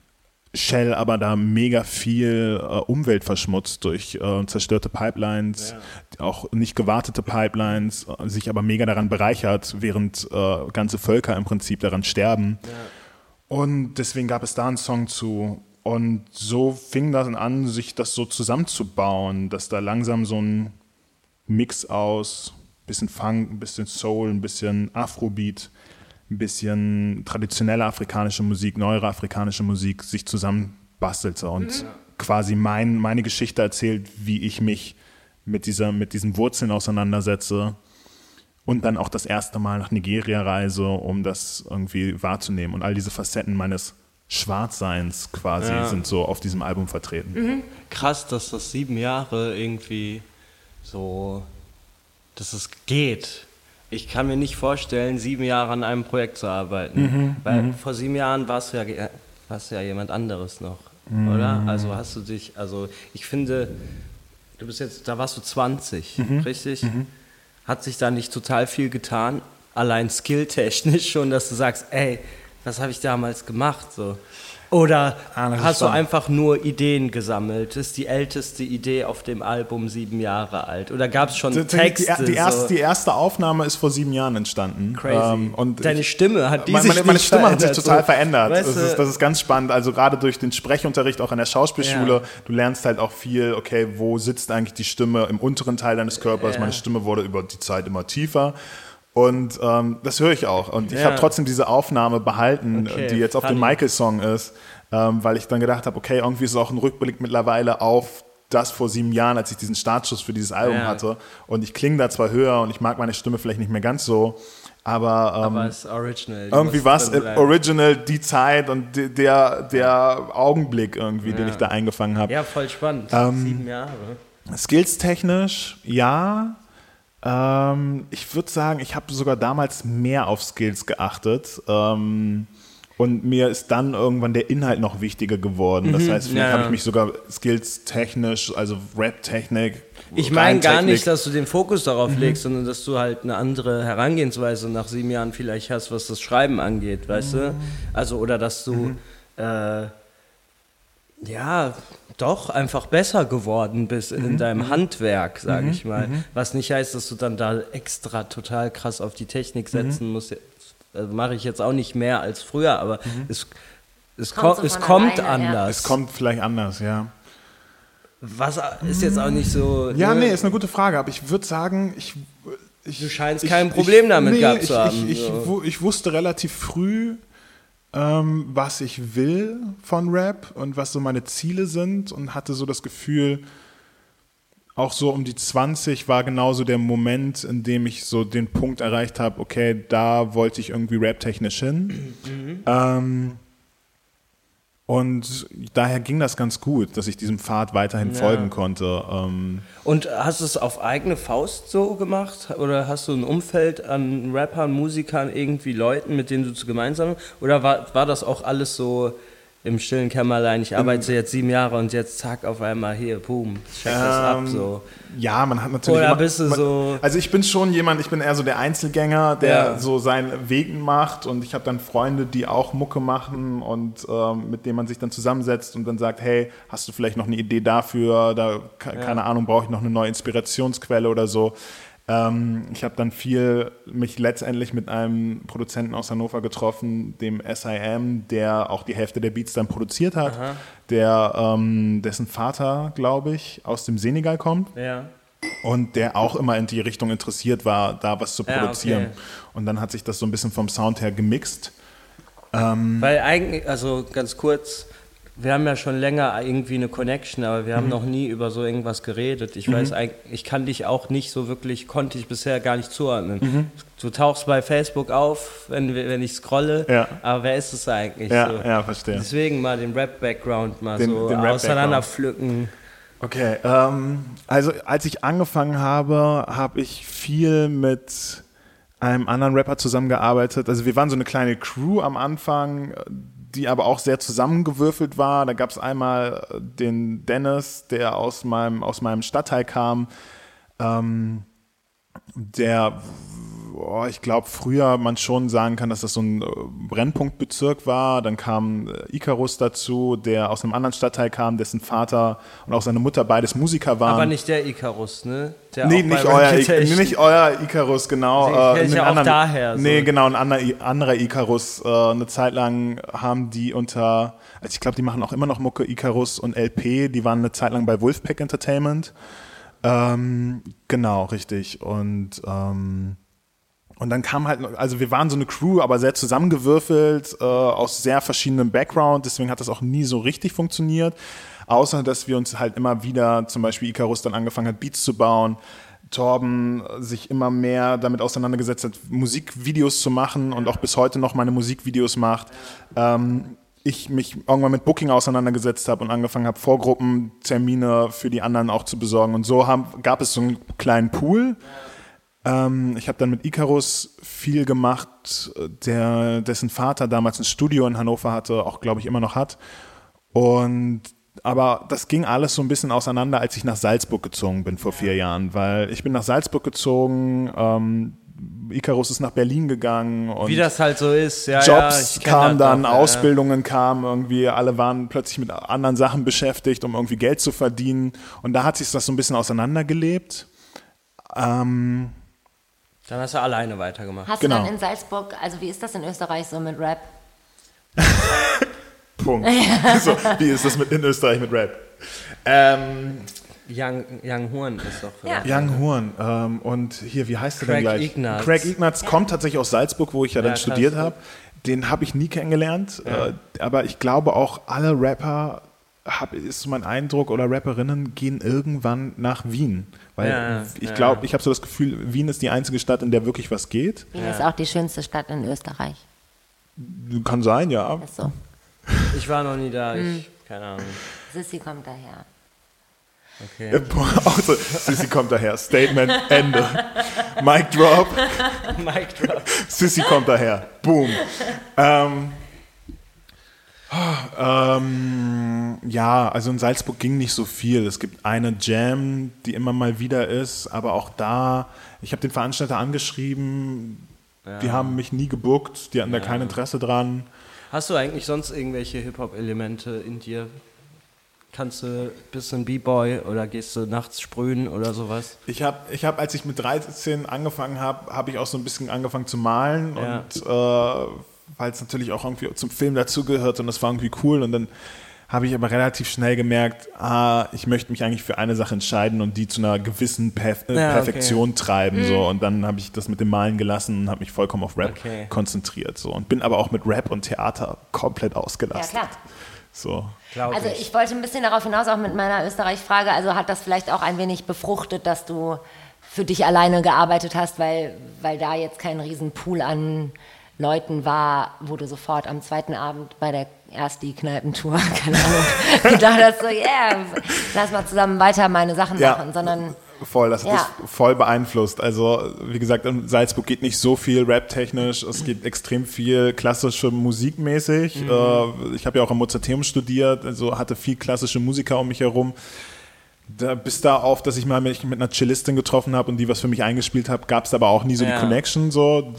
Shell aber da mega viel Umwelt verschmutzt durch zerstörte Pipelines, auch nicht gewartete Pipelines, sich aber mega daran bereichert, während ganze Völker im Prinzip daran sterben. Ja. Und deswegen gab es da einen Song zu. Und so fing das an, sich das so zusammenzubauen, dass da langsam so ein Mix aus bisschen Funk, ein bisschen Soul, ein bisschen Afrobeat, ein bisschen traditionelle afrikanische Musik, neuere afrikanische Musik sich zusammenbastelte und quasi meine Geschichte erzählt, wie ich mich mit diesen Wurzeln auseinandersetze und dann auch das erste Mal nach Nigeria reise, um das irgendwie wahrzunehmen. Und all diese Facetten meines Schwarzseins quasi sind so auf diesem Album vertreten. Krass, dass das 7 Jahre irgendwie so, dass es geht. Ich kann mir nicht vorstellen, 7 Jahre an einem Projekt zu arbeiten. Weil vor 7 Jahren warst du ja jemand anderes noch, oder? Also hast du dich, ich finde, du bist jetzt, da warst du 20, richtig? Hat sich da nicht total viel getan? Allein skilltechnisch schon, dass du sagst, ey, was habe ich damals gemacht? So. Oder hast du einfach nur Ideen gesammelt? Ist die älteste Idee auf dem Album 7 Jahre alt? Oder gab es schon Texte? Die erste Aufnahme ist vor 7 Jahren entstanden. Crazy. Und deine Stimme hat meine Stimme hat sich total verändert. Das ist ganz spannend. Also gerade durch den Sprechunterricht auch an der Schauspielschule, du lernst halt auch viel, okay, wo sitzt eigentlich die Stimme im unteren Teil deines Körpers? Meine Stimme wurde über die Zeit immer tiefer. Und das höre ich auch. Und ich habe trotzdem diese Aufnahme behalten, die jetzt auf dem Michael-Song ist, weil ich dann gedacht habe, okay, irgendwie ist es auch ein Rückblick mittlerweile auf das vor 7 Jahren, als ich diesen Startschuss für dieses Album hatte. Und ich klinge da zwar höher und ich mag meine Stimme vielleicht nicht mehr ganz so, aber es ist original. Irgendwie war es original, die Zeit und der Augenblick irgendwie, den ich da eingefangen habe. Ja, voll spannend. 7 Jahre. Skills-technisch, ja. Ich würde sagen, ich habe sogar damals mehr auf Skills geachtet und mir ist dann irgendwann der Inhalt noch wichtiger geworden. Das heißt, vielleicht habe ich mich sogar skills-technisch, also Rap-Technik. Ich meine gar nicht, dass du den Fokus darauf legst, sondern dass du halt eine andere Herangehensweise nach 7 Jahren vielleicht hast, was das Schreiben angeht, weißt du? Also, oder dass du doch einfach besser geworden bist in deinem Handwerk, sage ich mal. Was nicht heißt, dass du dann da extra total krass auf die Technik setzen musst. Also mache ich jetzt auch nicht mehr als früher, aber es kommt anders. Es kommt vielleicht anders, ja. Was ist jetzt auch nicht so... Ja, nee, ist eine gute Frage, aber ich würde sagen, du scheinst kein Problem damit gehabt zu haben. Ich wusste relativ früh, was ich will von Rap und was so meine Ziele sind und hatte so das Gefühl, auch so um die 20 war genauso der Moment, in dem ich so den Punkt erreicht habe, okay, da wollte ich irgendwie rap-technisch hin. Und daher ging das ganz gut, dass ich diesem Pfad weiterhin folgen konnte. Und hast du es auf eigene Faust so gemacht? Oder hast du ein Umfeld an Rappern, Musikern, irgendwie Leuten, mit denen du gemeinsam... Oder war das auch alles so im stillen Kämmerlein, ich arbeite jetzt 7 Jahre und jetzt zack, auf einmal hier, boom, check das ab, so. Ja, man hat natürlich Oder bist du so... Also ich bin schon jemand, ich bin eher so der Einzelgänger, der so seinen Weg macht und ich habe dann Freunde, die auch Mucke machen und mit denen man sich dann zusammensetzt und dann sagt, hey, hast du vielleicht noch eine Idee dafür, keine Ahnung, brauche ich noch eine neue Inspirationsquelle oder so. Ich habe dann mich letztendlich mit einem Produzenten aus Hannover getroffen, dem SIM, der auch die Hälfte der Beats dann produziert hat, dessen Vater, glaube ich, aus dem Senegal kommt und der auch immer in die Richtung interessiert war, da was zu produzieren. Okay. Und dann hat sich das so ein bisschen vom Sound her gemixt. Weil eigentlich, also ganz kurz, wir haben ja schon länger irgendwie eine Connection, aber wir haben noch nie über so irgendwas geredet. Ich weiß eigentlich, ich kann dich auch nicht so wirklich, konnte ich bisher gar nicht zuordnen. Du tauchst bei Facebook auf, wenn ich scrolle, aber wer ist es eigentlich? Ja, verstehe. Deswegen mal den Rap-Background den auseinanderpflücken. Okay, also als ich angefangen habe, habe ich viel mit einem anderen Rapper zusammengearbeitet. Also wir waren so eine kleine Crew am Anfang, die aber auch sehr zusammengewürfelt war. Da gab es einmal den Dennis, der aus meinem Stadtteil kam, der, ich glaube, früher man schon sagen kann, dass das so ein Brennpunktbezirk war. Dann kam Icarus dazu, der aus einem anderen Stadtteil kam, dessen Vater und auch seine Mutter beides Musiker waren. Aber nicht der Icarus, ne? Nicht euer Icarus, genau. Ich auch daher. So. Nee, genau, ein anderer Icarus. Eine Zeit lang haben die also ich glaube, die machen auch immer noch Mucke, Icarus und LP, die waren eine Zeit lang bei Wolfpack Entertainment. Genau, richtig. Und dann kam halt, also wir waren so eine Crew, aber sehr zusammengewürfelt, aus sehr verschiedenem Background, deswegen hat das auch nie so richtig funktioniert, außer dass wir uns halt immer wieder, zum Beispiel Icarus dann angefangen hat, Beats zu bauen, Torben sich immer mehr damit auseinandergesetzt hat, Musikvideos zu machen und auch bis heute noch meine Musikvideos macht. Ich mich irgendwann mit Booking auseinandergesetzt habe und angefangen habe, Vorgruppentermine für die anderen auch zu besorgen. Und so gab es so einen kleinen Pool. Ich habe dann mit Icarus viel gemacht, dessen Vater damals ein Studio in Hannover hatte, auch glaube ich immer noch hat. Aber das ging alles so ein bisschen auseinander, als ich nach Salzburg gezogen bin vor 4 Jahren, weil ich bin nach Salzburg gezogen, Icarus ist nach Berlin gegangen und wie das halt so ist, Jobs kamen dann, Ausbildungen kamen, irgendwie alle waren plötzlich mit anderen Sachen beschäftigt, um irgendwie Geld zu verdienen und da hat sich das so ein bisschen auseinandergelebt. Dann hast du alleine weitergemacht. Hast du dann in Salzburg, also wie ist das in Österreich so mit Rap? Punkt. So, wie ist das in Österreich mit Rap? Young Horn ist doch. Young Horn. Und hier, wie heißt der denn gleich? Ignatz. Craig Ignatz kommt tatsächlich aus Salzburg, wo ich dann studiert habe. Den habe ich nie kennengelernt. Aber ich glaube auch, alle Rapper, ist mein Eindruck, oder Rapperinnen gehen irgendwann nach Wien. Weil ich glaube, ich habe so das Gefühl, Wien ist die einzige Stadt, in der wirklich was geht. Wien ist auch die schönste Stadt in Österreich. Kann sein, ja. Ist so. Ich war noch nie da, keine Ahnung. Sissi kommt daher. Okay. Also, Sissi kommt daher. Statement, Ende. Mic drop. Mic drop. Sissi kommt daher. Boom. Ja, also in Salzburg ging nicht so viel. Es gibt eine Jam, die immer mal wieder ist, aber auch da, ich habe den Veranstalter angeschrieben, die haben mich nie gebookt, die hatten da kein Interesse dran. Hast du eigentlich sonst irgendwelche Hip-Hop-Elemente in dir? Kannst du ein bisschen B-Boy oder gehst du nachts sprühen oder sowas? Ich hab, als ich mit 13 angefangen habe ich auch so ein bisschen angefangen zu malen und weil es natürlich auch irgendwie zum Film dazugehört und das war irgendwie cool und dann habe ich aber relativ schnell gemerkt, ich möchte mich eigentlich für eine Sache entscheiden und die zu einer gewissen Perfektion treiben. So. Und dann habe ich das mit dem Malen gelassen und habe mich vollkommen auf Rap konzentriert. So. Und bin aber auch mit Rap und Theater komplett ausgelastet. Ja, klar. So. Also ich wollte ein bisschen darauf hinaus, auch mit meiner Österreich-Frage, also hat das vielleicht auch ein wenig befruchtet, dass du für dich alleine gearbeitet hast, weil da jetzt kein riesen Pool an Leuten war, wo du sofort am zweiten Abend bei der Kneipentour, keine Ahnung, gedacht hast, so, lass mal zusammen weiter meine Sachen machen, sondern... Voll, das hat dich voll beeinflusst. Also, wie gesagt, in Salzburg geht nicht so viel rap-technisch, es geht extrem viel klassische Musik mäßig. Ich habe ja auch am Mozarteum studiert, also hatte viel klassische Musiker um mich herum. Bis da auf, dass ich mal mich mit einer Cellistin getroffen habe und die was für mich eingespielt habe, gab es aber auch nie so die Connection. So.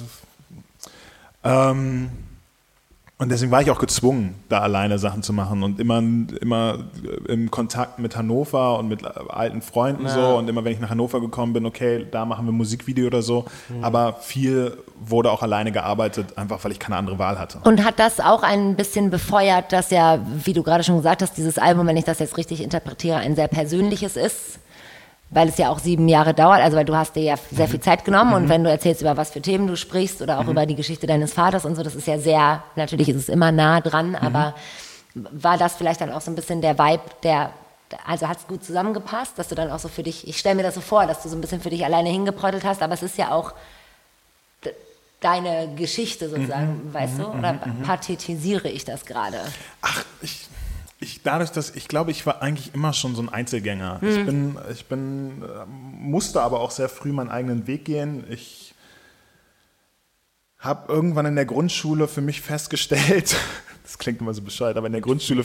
Und deswegen war ich auch gezwungen, da alleine Sachen zu machen und immer im Kontakt mit Hannover und mit alten Freunden so und immer wenn ich nach Hannover gekommen bin, okay, da machen wir ein Musikvideo oder so, aber viel wurde auch alleine gearbeitet, einfach weil ich keine andere Wahl hatte. Und hat das auch ein bisschen befeuert, dass ja, wie du gerade schon gesagt hast, dieses Album, wenn ich das jetzt richtig interpretiere, ein sehr persönliches ist? Weil es ja auch 7 Jahre dauert, also weil du hast dir ja sehr viel Zeit genommen und wenn du erzählst, über was für Themen du sprichst oder auch über die Geschichte deines Vaters und so, das ist ja sehr, natürlich ist es immer nah dran, aber war das vielleicht dann auch so ein bisschen der Vibe, also hat es gut zusammengepasst, dass du dann auch so für dich, ich stelle mir das so vor, dass du so ein bisschen für dich alleine hingeprottelt hast, aber es ist ja auch deine Geschichte sozusagen, weißt du, oder pathetisiere ich das gerade? Ach, ich glaube, ich war eigentlich immer schon so ein Einzelgänger. Ich musste aber auch sehr früh meinen eigenen Weg gehen. Ich habe irgendwann in der Grundschule für mich festgestellt, das klingt immer so bescheuert, aber in der Grundschule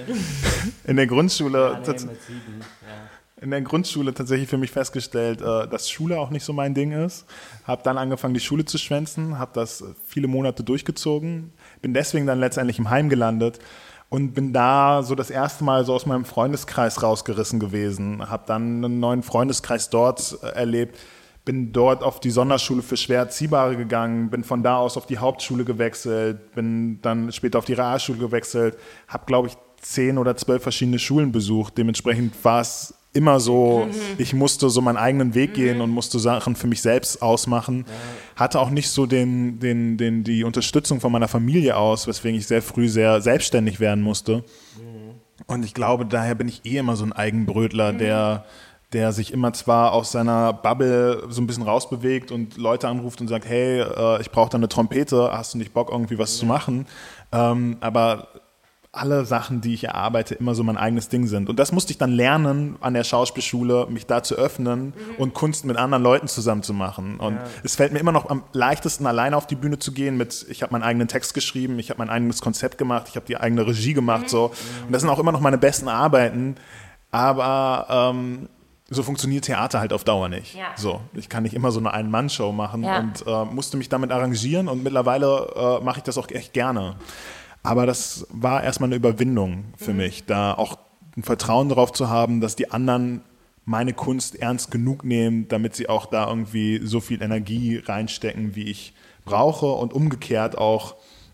tatsächlich für mich festgestellt, dass Schule auch nicht so mein Ding ist. Habe dann angefangen, die Schule zu schwänzen, habe das viele Monate durchgezogen, bin deswegen dann letztendlich im Heim gelandet. Und bin da so das erste Mal so aus meinem Freundeskreis rausgerissen gewesen, habe dann einen neuen Freundeskreis dort erlebt, bin dort auf die Sonderschule für schwer Erziehbare gegangen, bin von da aus auf die Hauptschule gewechselt, bin dann später auf die Realschule gewechselt, habe, glaube ich, 10 oder 12 verschiedene Schulen besucht. Dementsprechend war es immer so, ich musste so meinen eigenen Weg gehen und musste Sachen für mich selbst ausmachen. Hatte auch nicht so die Unterstützung von meiner Familie aus, weswegen ich sehr früh sehr selbstständig werden musste. Und ich glaube, daher bin ich immer so ein Eigenbrötler, der sich immer zwar aus seiner Bubble so ein bisschen rausbewegt und Leute anruft und sagt, hey, ich brauche da eine Trompete, hast du nicht Bock, irgendwie was zu machen? Aber alle Sachen, die ich erarbeite, immer so mein eigenes Ding sind. Und das musste ich dann lernen an der Schauspielschule, mich da zu öffnen und Kunst mit anderen Leuten zusammen zu machen. Und es fällt mir immer noch am leichtesten, alleine auf die Bühne zu gehen ich habe meinen eigenen Text geschrieben, ich habe mein eigenes Konzept gemacht, ich habe die eigene Regie gemacht. So. Und das sind auch immer noch meine besten Arbeiten. Aber so funktioniert Theater halt auf Dauer nicht. Ja. So, ich kann nicht immer so eine Ein-Mann-Show machen und musste mich damit arrangieren und mittlerweile mache ich das auch echt gerne. Aber das war erstmal eine Überwindung für mich, da auch ein Vertrauen darauf zu haben, dass die anderen meine Kunst ernst genug nehmen, damit sie auch da irgendwie so viel Energie reinstecken, wie ich brauche und umgekehrt auch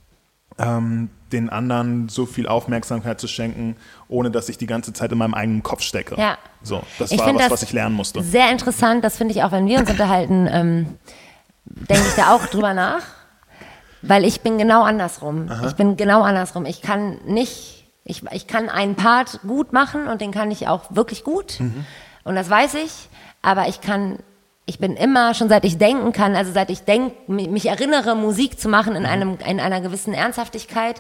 den anderen so viel Aufmerksamkeit zu schenken, ohne dass ich die ganze Zeit in meinem eigenen Kopf stecke. Ja. So, das war was ich lernen musste. Sehr interessant, das finde ich auch, wenn wir uns unterhalten, denke ich da auch drüber nach. Weil ich bin genau andersrum. Aha. Ich bin genau andersrum. Ich kann einen Part gut machen und den kann ich auch wirklich gut. Und das weiß ich. Aber ich bin immer, schon seit ich denken kann, also seit ich mich erinnere, Musik zu machen in einer gewissen Ernsthaftigkeit,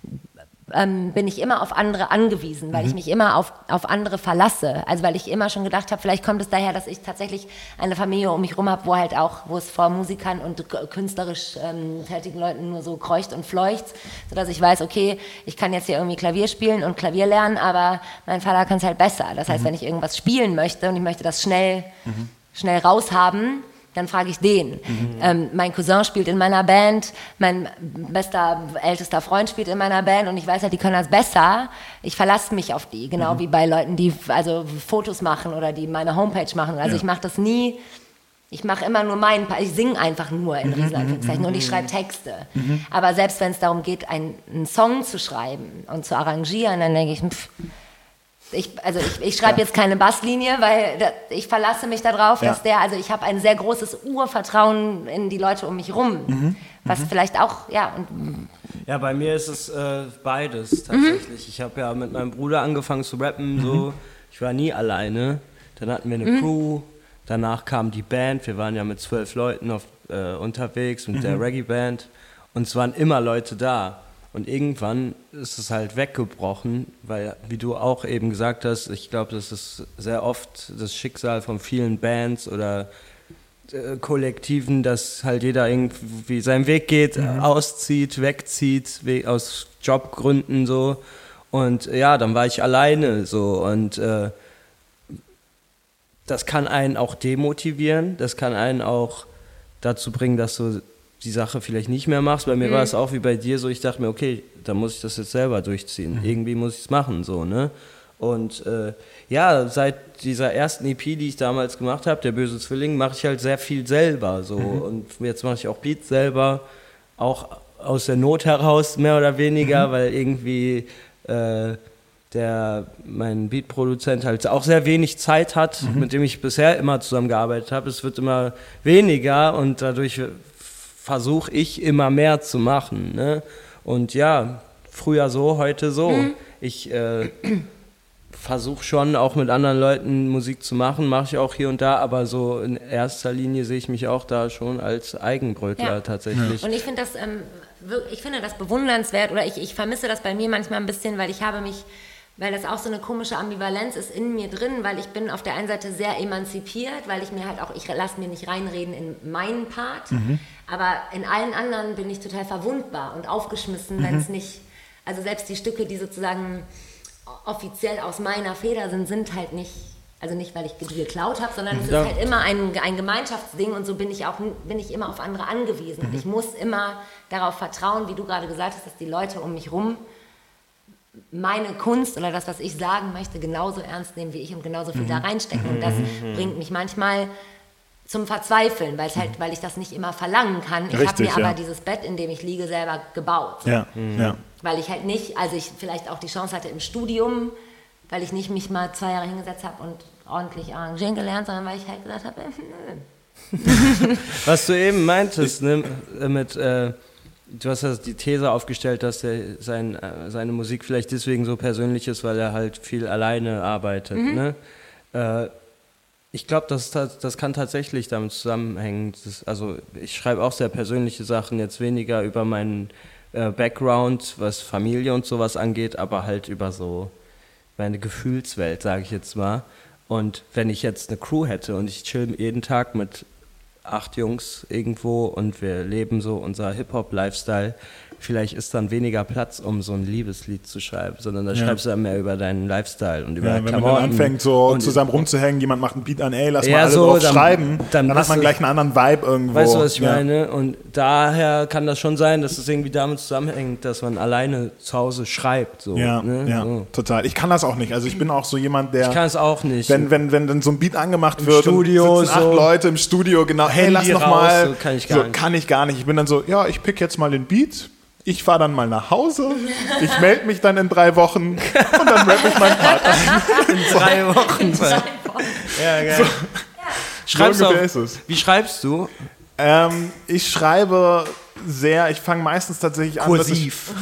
bin ich immer auf andere angewiesen, weil ich mich immer auf andere verlasse. Also weil ich immer schon gedacht habe, vielleicht kommt es daher, dass ich tatsächlich eine Familie um mich rum habe, wo es vor Musikern und künstlerisch tätigen Leuten nur so kreucht und fleucht, sodass ich weiß, okay, ich kann jetzt hier irgendwie Klavier spielen und Klavier lernen, aber mein Vater kann es halt besser. Das heißt, wenn ich irgendwas spielen möchte und ich möchte das schnell raushaben, dann frage ich den. Mein Cousin spielt in meiner Band, mein ältester Freund spielt in meiner Band und ich weiß halt, die können das besser. Ich verlasse mich auf die, genau wie bei Leuten, die also Fotos machen oder die meine Homepage machen. Also ich mache das nie, ich mache immer nur ich singe einfach nur in Riesenanführungszeichen und ich schreibe Texte. Aber selbst wenn es darum geht, einen Song zu schreiben und zu arrangieren, dann denke ich, ich schreibe jetzt keine Basslinie, weil ich verlasse mich darauf, dass ich habe ein sehr großes Urvertrauen in die Leute um mich rum, was vielleicht auch, Ja, bei mir ist es beides tatsächlich. Ich habe ja mit meinem Bruder angefangen zu rappen, so. Ich war nie alleine. Dann hatten wir eine Crew, danach kam die Band, wir waren ja mit 12 Leuten unterwegs mit der Reggae-Band und es waren immer Leute da. Und irgendwann ist es halt weggebrochen, weil, wie du auch eben gesagt hast, ich glaube, das ist sehr oft das Schicksal von vielen Bands oder Kollektiven, dass halt jeder irgendwie seinen Weg geht, auszieht, wegzieht, aus Jobgründen so. Und ja, dann war ich alleine so und das kann einen auch demotivieren, das kann einen auch dazu bringen, dass du die Sache vielleicht nicht mehr machst. Bei mir war es auch wie bei dir so, ich dachte mir, okay, dann muss ich das jetzt selber durchziehen. Irgendwie muss ich es machen, so, ne? Und ja, seit dieser ersten EP, die ich damals gemacht habe, Der böse Zwilling, mache ich halt sehr viel selber, so. Und jetzt mache ich auch Beats selber, auch aus der Not heraus, mehr oder weniger, weil irgendwie mein Beatproduzent halt auch sehr wenig Zeit hat, mit dem ich bisher immer zusammengearbeitet habe. Es wird immer weniger und dadurch versuche ich immer mehr zu machen. Ne? Und ja, früher so, heute so. Ich versuche schon auch mit anderen Leuten Musik zu machen, mache ich auch hier und da, aber so in erster Linie sehe ich mich auch da schon als Eigenbrötler tatsächlich. Und ich finde das bewundernswert oder ich vermisse das bei mir manchmal ein bisschen, weil weil das auch so eine komische Ambivalenz ist in mir drin, weil ich bin auf der einen Seite sehr emanzipiert, weil ich mir halt auch, ich lasse mir nicht reinreden in meinen Part, aber in allen anderen bin ich total verwundbar und aufgeschmissen, wenn es nicht, also selbst die Stücke, die sozusagen offiziell aus meiner Feder sind halt nicht, also nicht, weil ich die geklaut habe, sondern es ist halt immer ein Gemeinschaftsding und so bin ich immer auf andere angewiesen. Und ich muss immer darauf vertrauen, wie du gerade gesagt hast, dass die Leute um mich rum meine Kunst oder das, was ich sagen möchte, genauso ernst nehmen wie ich und genauso viel da reinstecken. Und das bringt mich manchmal zum Verzweifeln, weil ich das nicht immer verlangen kann. Ich habe mir aber dieses Bett, in dem ich liege, selber gebaut. Ja. Weil ich halt nicht, also ich vielleicht auch die Chance hatte im Studium, weil ich nicht mich mal 2 Jahre hingesetzt habe und ordentlich arrangieren gelernt, sondern weil ich halt gesagt habe, nö. Was du eben meintest, ne, du hast ja die These aufgestellt, dass seine Musik vielleicht deswegen so persönlich ist, weil er halt viel alleine arbeitet. Ne? Ich glaube, das kann tatsächlich damit zusammenhängen. Also ich schreibe auch sehr persönliche Sachen, jetzt weniger über meinen Background, was Familie und sowas angeht, aber halt über so meine Gefühlswelt, sage ich jetzt mal. Und wenn ich jetzt eine Crew hätte und ich chill jeden Tag mit 8 Jungs irgendwo und wir leben so unser Hip-Hop-Lifestyle, vielleicht ist dann weniger Platz, um so ein Liebeslied zu schreiben, sondern da schreibst du dann mehr über deinen Lifestyle und über Klamotten. Wenn man dann anfängt, so zusammen rumzuhängen, jemand macht einen Beat an, lass mal alle drauf schreiben, dann hat man gleich einen anderen Vibe irgendwo. Weißt du, was ich meine? Und daher kann das schon sein, dass es irgendwie damit zusammenhängt, dass man alleine zu Hause schreibt. So, so. Total. Ich kann das auch nicht. Also ich bin auch so jemand, der... Ich kann es auch nicht. Wenn dann so ein Beat angemacht wird Studio, und sitzen 8 Leute im Studio, genau, lass noch mal... So kann ich gar nicht. Ich bin dann so, ich pick jetzt mal den Beat, ich fahre dann mal nach Hause, ich melde mich dann in 3 Wochen und dann rappe ich meinen Part ein. In 3 Wochen. Ja, geil. So. Wie schreibst du? Ich schreibe ich fange meistens tatsächlich an, kursiv.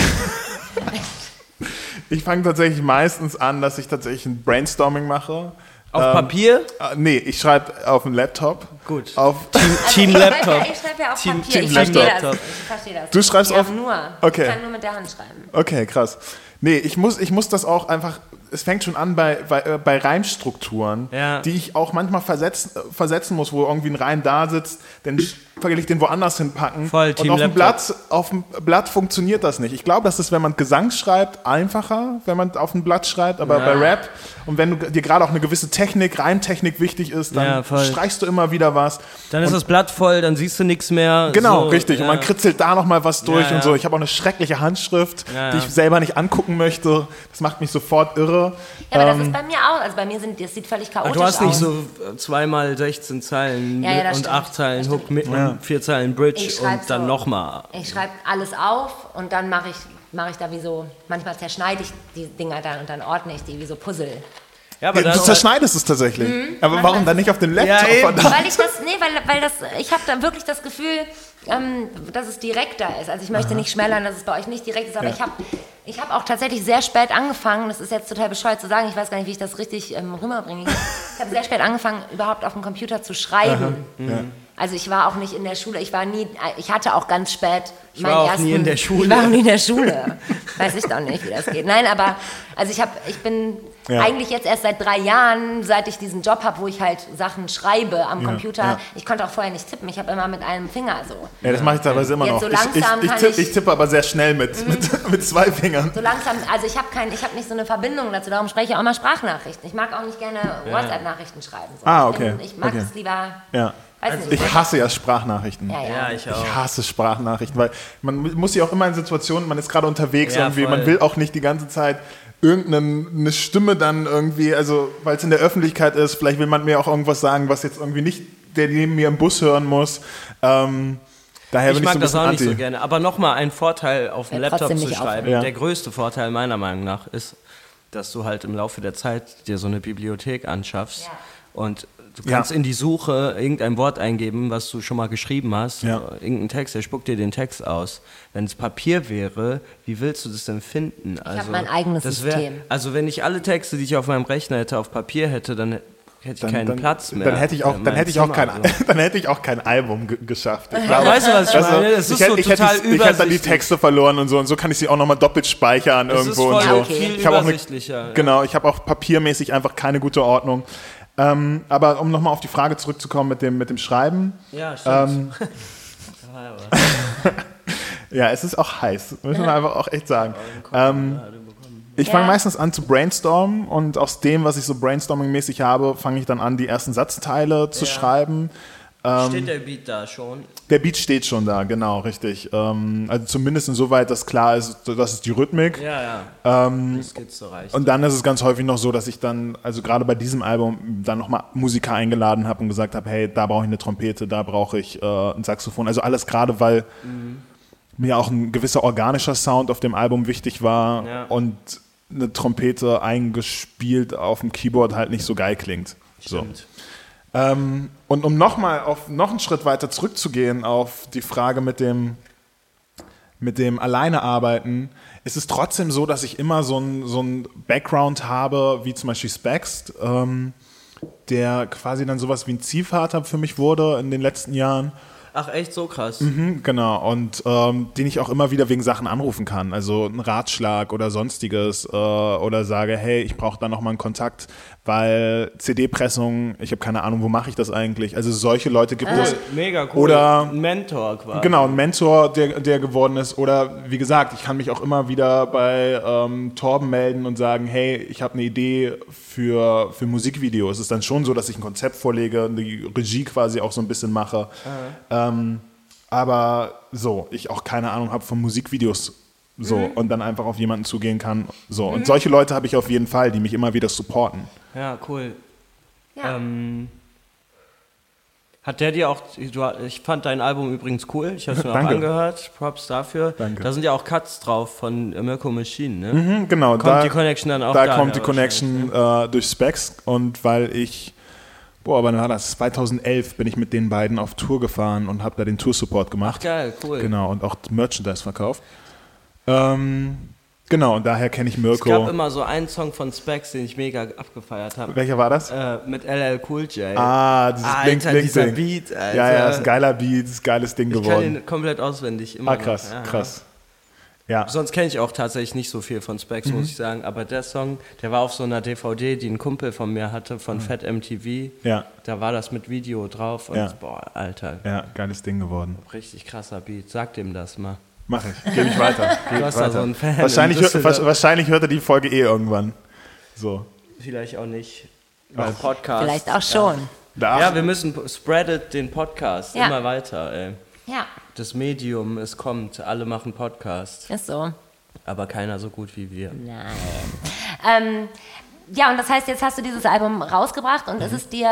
Ich fange tatsächlich meistens an, dass ich tatsächlich ein Brainstorming mache. Auf Papier? Nee, ich schreibe auf dem Laptop. Gut. Auf Team Laptop. Ich schreibe ja auf Papier. Team Ich Laptop. verstehe das. Du schreibst auf... Okay. Ich kann nur mit der Hand schreiben. Okay, krass. Nee, ich muss das auch einfach... Es fängt schon an bei Reimstrukturen, die ich auch manchmal versetzen muss, wo irgendwie ein Reim da sitzt, dann will ich den woanders hinpacken. Voll, und auf dem Blatt funktioniert das nicht. Ich glaube, das ist, wenn man Gesang schreibt, einfacher, wenn man auf dem Blatt schreibt, aber bei Rap und wenn dir gerade auch eine gewisse Reimtechnik wichtig ist, dann streichst du immer wieder was. Dann ist das Blatt voll, dann siehst du nichts mehr. Genau, so, richtig. Und man kritzelt da nochmal was durch und so. Ich habe auch eine schreckliche Handschrift, die ich selber nicht angucken möchte. Das macht mich sofort irre. Ja, aber das ist bei mir auch. Also bei mir das sieht völlig chaotisch aus. Du hast nicht so 2x16 Zeilen und 8 Zeilen Hook mit 4 Zeilen Bridge und dann nochmal. Ich schreibe alles auf und dann mache ich da wie so, manchmal zerschneide ich die Dinger dann und dann ordne ich die wie so Puzzle. Ja, aber du zerschneidest es tatsächlich. Aber warum dann nicht auf den Laptop? Weil ich habe da wirklich das Gefühl, dass es direkter ist. Also ich möchte nicht schmälern, dass es bei euch nicht direkt ist, aber ich habe auch tatsächlich sehr spät angefangen, das ist jetzt total bescheuert zu sagen, ich weiß gar nicht, wie ich das richtig rüberbringe. Ich habe sehr spät angefangen, überhaupt auf dem Computer zu schreiben. Also ich war auch nicht in der Schule, ich hatte auch ganz spät Ich war auch nie in der Schule. Ich war auch nie in der Schule. Weiß ich doch nicht, wie das geht. Nein, aber also ich bin eigentlich jetzt erst seit 3 Jahren, seit ich diesen Job habe, wo ich halt Sachen schreibe am Computer. Ja. Ich konnte auch vorher nicht tippen, ich habe immer mit einem Finger so. Ja, das mache ich teilweise immer noch. So langsam ich tippe aber sehr schnell mit 2 Fingern. So langsam, also ich habe nicht so eine Verbindung dazu, darum spreche ich auch mal Sprachnachrichten. Ich mag auch nicht gerne WhatsApp-Nachrichten schreiben. So. Okay. Ich mag es lieber... Ja. Ich hasse ja Sprachnachrichten. Ja, ich auch. Ich hasse Sprachnachrichten, weil man muss ja auch immer in Situationen, man ist gerade unterwegs irgendwie, voll. Man will auch nicht die ganze Zeit irgendeine Stimme dann irgendwie, also weil es in der Öffentlichkeit ist, vielleicht will man mir auch irgendwas sagen, was jetzt irgendwie nicht der neben mir im Bus hören muss. Daher bin ich mag so das auch anti. nicht so gerne. Aber nochmal ein Vorteil auf dem Laptop zu schreiben. Ja. Der größte Vorteil meiner Meinung nach ist, dass du halt im Laufe der Zeit dir so eine Bibliothek anschaffst und du kannst in die Suche irgendein Wort eingeben, was du schon mal geschrieben hast, irgendeinen Text, der spuckt dir den Text aus. Wenn es Papier wäre, wie willst du das denn finden? Ich habe mein eigenes System. Also wenn ich alle Texte, die ich auf meinem Rechner hätte, auf Papier hätte, dann hätte ich keinen Platz mehr. Dann hätte ich auch kein Album geschafft. Ich glaube, weißt du, was ich meine? Das ist so total übersichtlich. Ich hätte dann die Texte verloren und so kann ich sie auch nochmal doppelt speichern irgendwo. Das ist voll und so. viel Ich habe übersichtlicher. Genau, ich habe auch papiermäßig einfach keine gute Ordnung. Aber um nochmal auf die Frage zurückzukommen mit dem Schreiben. Ja, stimmt. Ja, es ist auch heiß, müssen wir einfach auch echt sagen. Ich fange meistens an zu brainstormen und aus dem, was ich so brainstorming-mäßig habe, fange ich dann an, die ersten Satzteile zu schreiben. Steht der Beat da schon? Der Beat steht schon da, genau, richtig. Also zumindest insoweit, dass klar ist, das ist die Rhythmik. Ja. Das Skizze reicht. Und dann ist es ganz häufig noch so, dass ich dann, also gerade bei diesem Album, dann nochmal Musiker eingeladen habe und gesagt habe, hey, da brauche ich eine Trompete, da brauche ich ein Saxophon. Also alles gerade, weil mir auch ein gewisser organischer Sound auf dem Album wichtig war und eine Trompete eingespielt auf dem Keyboard halt nicht so geil klingt. Stimmt. So. Und um noch einen Schritt weiter zurückzugehen auf die Frage mit dem Alleinearbeiten, ist es trotzdem so, dass ich immer so ein Background habe, wie zum Beispiel Spext, der quasi dann sowas wie ein Ziehvater für mich wurde in den letzten Jahren. Ach echt, so krass? Genau, und den ich auch immer wieder wegen Sachen anrufen kann, also einen Ratschlag oder sonstiges oder sage, hey, ich brauche da nochmal einen Kontakt, weil CD-Pressung, ich habe keine Ahnung, wo mache ich das eigentlich? Also solche Leute gibt es. Mega cool. Oder ein Mentor quasi. Genau, ein Mentor, der geworden ist. Oder wie gesagt, ich kann mich auch immer wieder bei Torben melden und sagen, hey, ich habe eine Idee für Musikvideo. Es ist dann schon so, dass ich ein Konzept vorlege, die Regie quasi auch so ein bisschen mache. Aber so, ich auch keine Ahnung habe von Musikvideos und dann einfach auf jemanden zugehen kann. So. Und solche Leute habe ich auf jeden Fall, die mich immer wieder supporten. Ja, cool. Ja. Hat der dir auch, ich fand dein Album übrigens cool, ich habe es mir auch angehört, Props dafür. Danke. Da sind ja auch Cuts drauf von Mirko Machine, ne? Genau. Kommt die Connection dann auch da kommt die Connection durch Specs und weil ich, wann war das? 2011 bin ich mit den beiden auf Tour gefahren und habe da den Tour-Support gemacht. Ach, geil, cool. Genau, und auch Merchandise verkauft. Genau, und daher kenne ich Mirko. Es gab immer so einen Song von Specs, den ich mega abgefeiert habe. Welcher war das? Mit LL Cool J. Dieses dieser Blink-Blink-Ding. Beat, Alter. Ja, ist ein geiler Beat, ist ein geiles Ding geworden. Ich kann den komplett auswendig immer krass, noch. Ja. krass. Ja. Sonst kenne ich auch tatsächlich nicht so viel von Specs, muss ich sagen. Aber der Song, der war auf so einer DVD, die ein Kumpel von mir hatte, von Fat MTV. Ja. Da war das mit Video drauf. Und boah, Alter. Ja, geiles Ding geworden. Richtig krasser Beat. Sag dem das mal. Mach ich. Gebe ich weiter. Du hast da so einen Fan. Wahrscheinlich hört er die Folge irgendwann. So. Vielleicht auch nicht. Weil Podcast. Vielleicht auch schon. Ja, wir müssen spreadet den Podcast immer weiter, ey. Ja. Das Medium, es kommt, alle machen Podcast. Ist so. Aber keiner so gut wie wir. Nein. Ja, und das heißt, jetzt hast du dieses Album rausgebracht und ist es dir,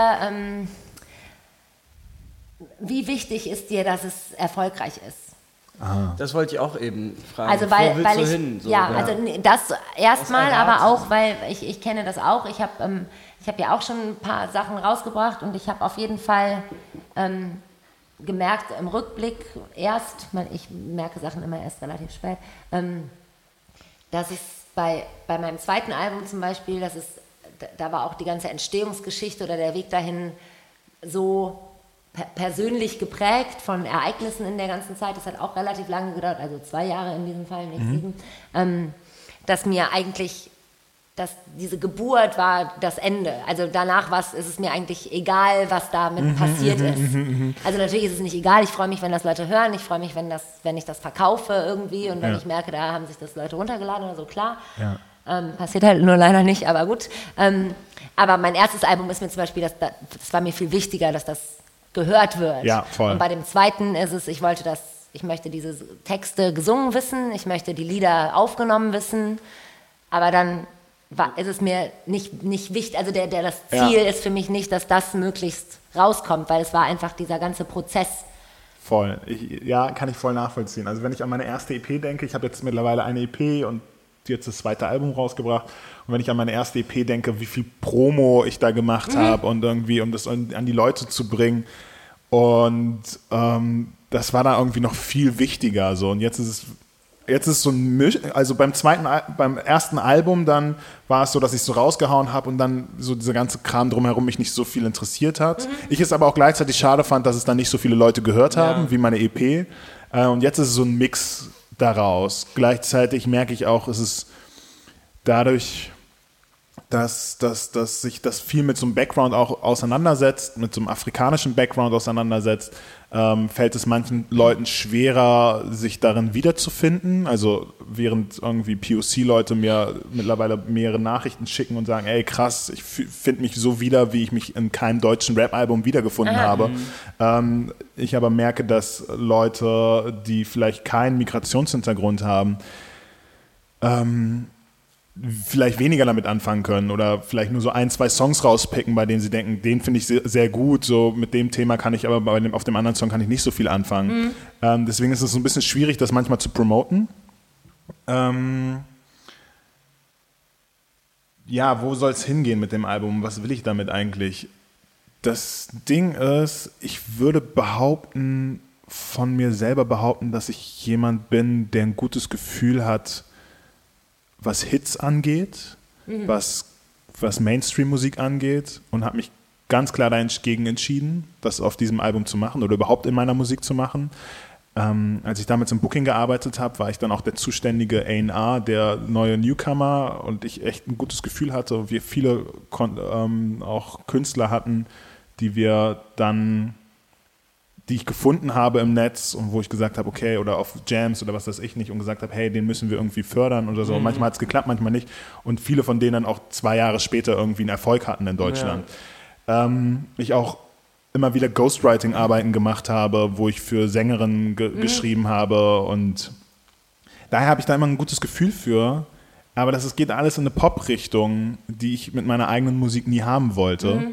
wie wichtig ist dir, dass es erfolgreich ist? Das wollte ich auch eben fragen. Also weil ich, hin, so, also das erstmal, aber auch, weil ich kenne das auch. Ich habe ja auch schon ein paar Sachen rausgebracht und ich habe auf jeden Fall gemerkt im Rückblick ich merke Sachen immer erst relativ spät, dass es bei meinem zweiten Album zum Beispiel, da war auch die ganze Entstehungsgeschichte oder der Weg dahin so persönlich geprägt von Ereignissen in der ganzen Zeit. Das hat auch relativ lange gedauert, also 2 Jahre in diesem Fall, nicht 7. Dass mir eigentlich, dass diese Geburt war das Ende. Also danach ist es mir eigentlich egal, was damit passiert ist. Also natürlich ist es nicht egal. Ich freue mich, wenn das Leute hören. Ich freue mich, wenn ich das verkaufe irgendwie und wenn ich merke, da haben sich das Leute runtergeladen oder so, klar. Ja. Passiert halt nur leider nicht, aber gut. Aber mein erstes Album ist mir zum Beispiel, das war mir viel wichtiger, dass das gehört wird. Ja, voll. Und bei dem zweiten ist es, ich möchte diese Texte gesungen wissen, ich möchte die Lieder aufgenommen wissen, aber dann ist es mir nicht wichtig, also das Ziel ist für mich nicht, dass das möglichst rauskommt, weil es war einfach dieser ganze Prozess. Voll. Kann ich voll nachvollziehen. Also wenn ich an meine erste EP denke, ich habe jetzt mittlerweile eine EP und jetzt das zweite Album rausgebracht. Und wenn ich an meine erste EP denke, wie viel Promo ich da gemacht habe und irgendwie, um das an die Leute zu bringen. Und das war da irgendwie noch viel wichtiger. So. Und jetzt ist es so ein also beim ersten Album dann war es so, dass ich es so rausgehauen habe und dann so dieser ganze Kram drumherum mich nicht so viel interessiert hat. Ich es aber auch gleichzeitig schade fand, dass es dann nicht so viele Leute gehört haben wie meine EP. Und jetzt ist es so ein Mix daraus. Gleichzeitig merke ich auch, es ist dadurch, dass sich das viel mit so einem Background auch auseinandersetzt, mit so einem afrikanischen Background auseinandersetzt, fällt es manchen Leuten schwerer, sich darin wiederzufinden. Also während irgendwie POC-Leute mir mittlerweile mehrere Nachrichten schicken und sagen, ey krass, ich finde mich so wieder, wie ich mich in keinem deutschen Rap-Album wiedergefunden habe. Ich aber merke, dass Leute, die vielleicht keinen Migrationshintergrund haben, vielleicht weniger damit anfangen können oder vielleicht nur so 1, 2 Songs rauspicken, bei denen sie denken, den finde ich sehr, sehr gut, so mit dem Thema kann ich aber auf dem anderen Song kann ich nicht so viel anfangen. Deswegen ist es so ein bisschen schwierig, das manchmal zu promoten. Wo soll es hingehen mit dem Album? Was will ich damit eigentlich? Das Ding ist, ich würde von mir selber behaupten, dass ich jemand bin, der ein gutes Gefühl hat, was Hits angeht, was Mainstream-Musik angeht und habe mich ganz klar dagegen entschieden, das auf diesem Album zu machen oder überhaupt in meiner Musik zu machen. Als ich damals im Booking gearbeitet habe, war ich dann auch der zuständige A&R, der neue Newcomer und ich echt ein gutes Gefühl hatte und wir viele auch Künstler hatten, die ich gefunden habe im Netz und wo ich gesagt habe, okay, oder auf Jams oder was weiß ich nicht und gesagt habe, hey, den müssen wir irgendwie fördern oder so. Und manchmal hat es geklappt, manchmal nicht. Und viele von denen dann auch 2 Jahre später irgendwie einen Erfolg hatten in Deutschland. Ja. Ich auch immer wieder Ghostwriting-Arbeiten gemacht habe, wo ich für Sängerinnen geschrieben habe und daher habe ich da immer ein gutes Gefühl für. Aber es geht alles in eine Pop-Richtung, die ich mit meiner eigenen Musik nie haben wollte.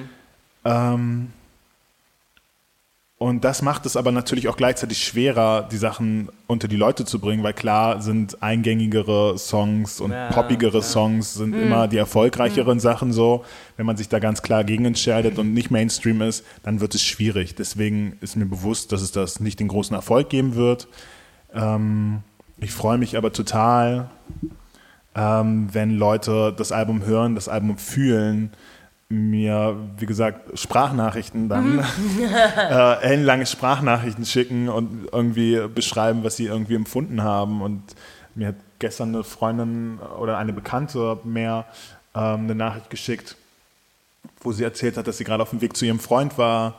Und das macht es aber natürlich auch gleichzeitig schwerer, die Sachen unter die Leute zu bringen, weil klar sind eingängigere Songs und poppigere Songs sind immer die erfolgreicheren Sachen so. Wenn man sich da ganz klar gegen entscheidet und nicht Mainstream ist, dann wird es schwierig. Deswegen ist mir bewusst, dass es das nicht den großen Erfolg geben wird. Ich freue mich aber total, wenn Leute das Album hören, das Album fühlen, mir, wie gesagt, Sprachnachrichten dann, ellenlange Sprachnachrichten schicken und irgendwie beschreiben, was sie irgendwie empfunden haben. Und mir hat gestern eine Freundin oder eine Bekannte mehr eine Nachricht geschickt, wo sie erzählt hat, dass sie gerade auf dem Weg zu ihrem Freund war,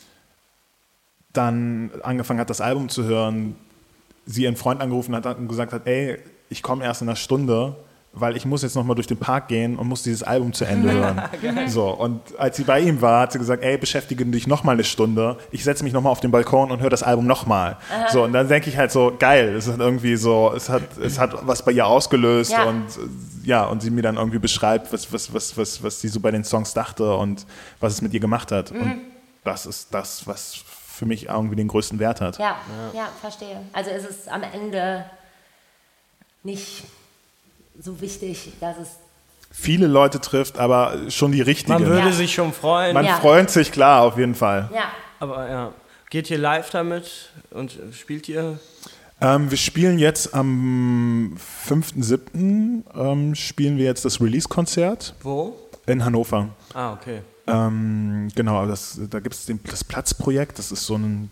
dann angefangen hat, das Album zu hören, sie ihren Freund angerufen hat und gesagt hat, ey, ich komme erst in einer Stunde, weil ich muss jetzt nochmal durch den Park gehen und muss dieses Album zu Ende hören. So, und als sie bei ihm war, hat sie gesagt, ey, beschäftige dich nochmal eine Stunde, ich setze mich nochmal auf den Balkon und höre das Album nochmal. So, und dann denke ich halt so, geil, es ist irgendwie so, es hat was bei ihr ausgelöst und sie mir dann irgendwie beschreibt, was sie so bei den Songs dachte und was es mit ihr gemacht hat. Und das ist das, was für mich irgendwie den größten Wert hat. Ja, verstehe. Also ist es am Ende nicht so wichtig, dass es viele Leute trifft, aber schon die richtigen. Man würde sich schon freuen. Man freut sich, klar, auf jeden Fall. Ja. Aber geht ihr live damit und spielt ihr? Wir spielen jetzt am 5.7. Spielen wir jetzt das Release-Konzert. Wo? In Hannover. Ah, okay. Genau, da gibt es das Platzprojekt, das ist so ein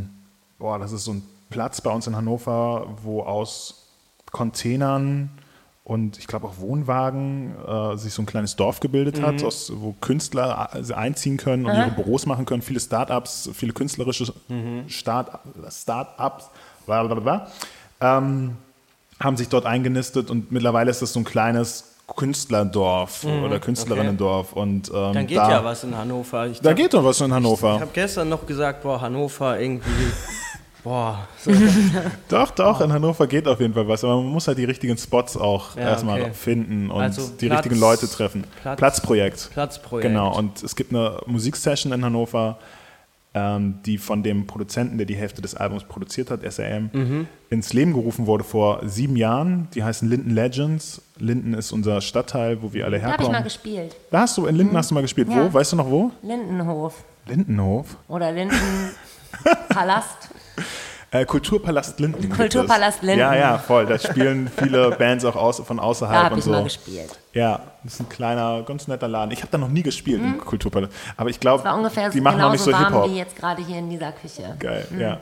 Platz bei uns in Hannover, wo aus Containern und ich glaube auch Wohnwagen sich so ein kleines Dorf gebildet hat, wo Künstler einziehen können und ihre Büros machen können. Viele Start-ups, viele künstlerische Start-ups haben sich dort eingenistet und mittlerweile ist das so ein kleines Künstlerdorf oder Künstlerinnendorf. Und, dann geht ja was in Hannover. Geht doch was in Hannover. Ich habe gestern noch gesagt, Hannover irgendwie... So. Doch, in Hannover geht auf jeden Fall was, aber man muss halt die richtigen Spots auch erstmal finden und also die richtigen Leute treffen. Platzprojekt. Genau, und es gibt eine Musiksession in Hannover, die von dem Produzenten, der die Hälfte des Albums produziert hat, SRM, ins Leben gerufen wurde vor 7 Jahren. Die heißen Linden Legends. Linden ist unser Stadtteil, wo wir alle herkommen. Da habe ich mal gespielt. In Linden hast du mal gespielt. Ja. Wo? Weißt du noch wo? Lindenhof. Oder Lindenpalast. Kulturpalast Linden. Kulturpalast Linden. Ja, voll. Da spielen viele Bands auch von außerhalb da und so. Da habe ich mal gespielt. Ja, das ist ein kleiner, ganz netter Laden. Ich habe da noch nie gespielt im Kulturpalast. Aber ich glaube, ungefähr die machen auch nicht so warm Hip-Hop. Wie jetzt gerade hier in dieser Küche. Geil, ja.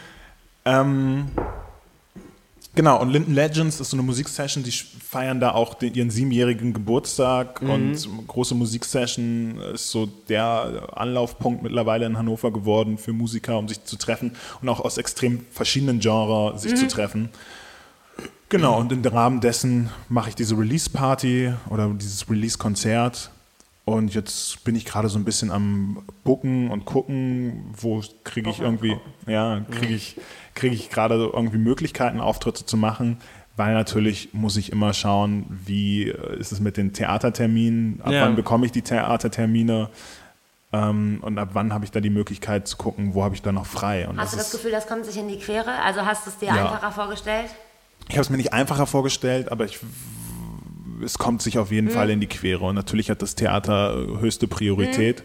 Genau, und Linden Legends ist so eine Musiksession, die feiern da auch ihren 7-jährigen Geburtstag und große Musiksession ist so der Anlaufpunkt mittlerweile in Hannover geworden für Musiker, um sich zu treffen und auch aus extrem verschiedenen Genres sich zu treffen. Genau, und im Rahmen dessen mache ich diese Release-Party oder dieses Release-Konzert. Und jetzt bin ich gerade so ein bisschen am Gucken und gucken, wo kriege ich irgendwie, kriege ich gerade irgendwie Möglichkeiten, Auftritte zu machen, weil natürlich muss ich immer schauen, wie ist es mit den Theaterterminen, ab wann bekomme ich die Theatertermine und ab wann habe ich da die Möglichkeit zu gucken, wo habe ich da noch frei. Und hast du das Gefühl, das kommt sich in die Quere? Also hast du es dir einfacher vorgestellt? Ich habe es mir nicht einfacher vorgestellt, aber es kommt sich auf jeden Fall in die Quere. Und natürlich hat das Theater höchste Priorität.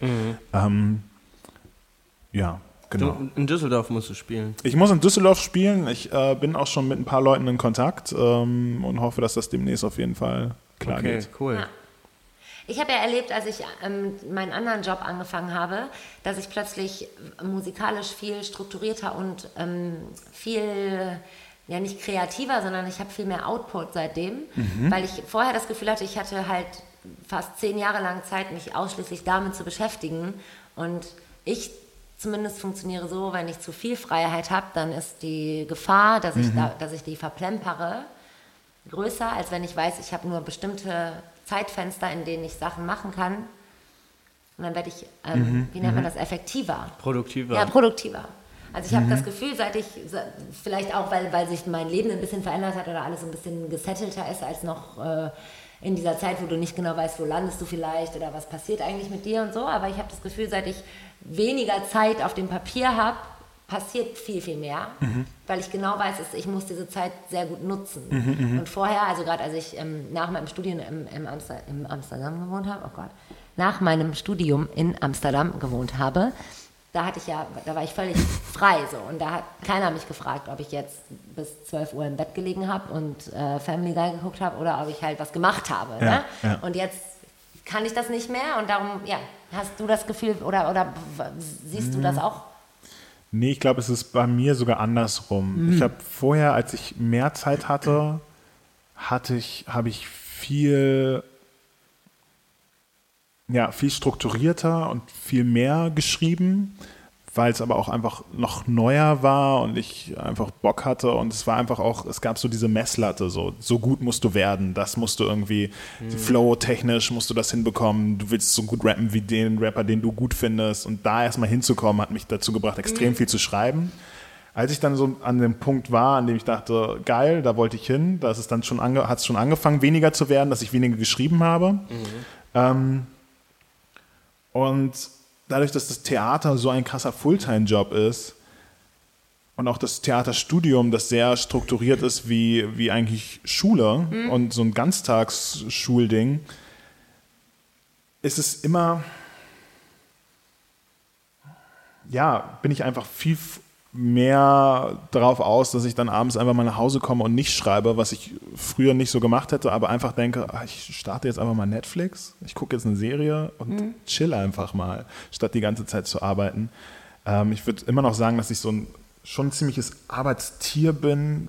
Ja, genau. In Düsseldorf musst du spielen. Ich muss in Düsseldorf spielen. Ich bin auch schon mit ein paar Leuten in Kontakt und hoffe, dass das demnächst auf jeden Fall klar geht. Okay, cool. Ja. Ich habe ja erlebt, als ich meinen anderen Job angefangen habe, dass ich plötzlich musikalisch viel strukturierter und viel... ja nicht kreativer, sondern ich habe viel mehr Output seitdem, weil ich vorher das Gefühl hatte, ich hatte halt fast 10 Jahre lang Zeit, mich ausschließlich damit zu beschäftigen und ich zumindest funktioniere so, wenn ich zu viel Freiheit habe, dann ist die Gefahr, dass ich die verplempere, größer, als wenn ich weiß, ich habe nur bestimmte Zeitfenster, in denen ich Sachen machen kann und dann werde ich, wie nennt man das, effektiver. Produktiver. Ja, produktiver. Also ich habe das Gefühl, seit ich, vielleicht auch, weil sich mein Leben ein bisschen verändert hat oder alles ein bisschen gesettelter ist als noch in dieser Zeit, wo du nicht genau weißt, wo landest du vielleicht oder was passiert eigentlich mit dir und so. Aber ich habe das Gefühl, seit ich weniger Zeit auf dem Papier habe, passiert viel, viel mehr, weil ich genau weiß, ich muss diese Zeit sehr gut nutzen. Und vorher, also gerade als ich nach meinem Studium in Amsterdam gewohnt habe, nach meinem Studium in Amsterdam gewohnt habe, da war ich völlig frei so und da hat keiner mich gefragt, ob ich jetzt bis 12 Uhr im Bett gelegen habe und Family Guy geguckt habe oder ob ich halt was gemacht habe. Ja, ne? ja. Und jetzt kann ich das nicht mehr und darum, hast du das Gefühl oder siehst du das auch? Nee, ich glaube, es ist bei mir sogar andersrum. Ich habe vorher, als ich mehr Zeit hatte, habe ich viel strukturierter und viel mehr geschrieben, weil es aber auch einfach noch neuer war und ich einfach Bock hatte und es war einfach auch, es gab so diese Messlatte, so gut musst du werden, das musst du irgendwie, flow-technisch musst du das hinbekommen, du willst so gut rappen wie den Rapper, den du gut findest und da erstmal hinzukommen, hat mich dazu gebracht, extrem viel zu schreiben. Als ich dann so an dem Punkt war, an dem ich dachte, geil, da wollte ich hin, da ist es dann hat es schon angefangen, weniger zu werden, dass ich weniger geschrieben habe. Und dadurch, dass das Theater so ein krasser Fulltime-Job ist und auch das Theaterstudium, das sehr strukturiert ist wie eigentlich Schule und so ein Ganztagsschulding, ist es immer, bin ich einfach viel mehr darauf aus, dass ich dann abends einfach mal nach Hause komme und nicht schreibe, was ich früher nicht so gemacht hätte, aber einfach denke, ich starte jetzt einfach mal Netflix, ich gucke jetzt eine Serie und chill einfach mal, statt die ganze Zeit zu arbeiten. Ich würde immer noch sagen, dass ich schon ein ziemliches Arbeitstier bin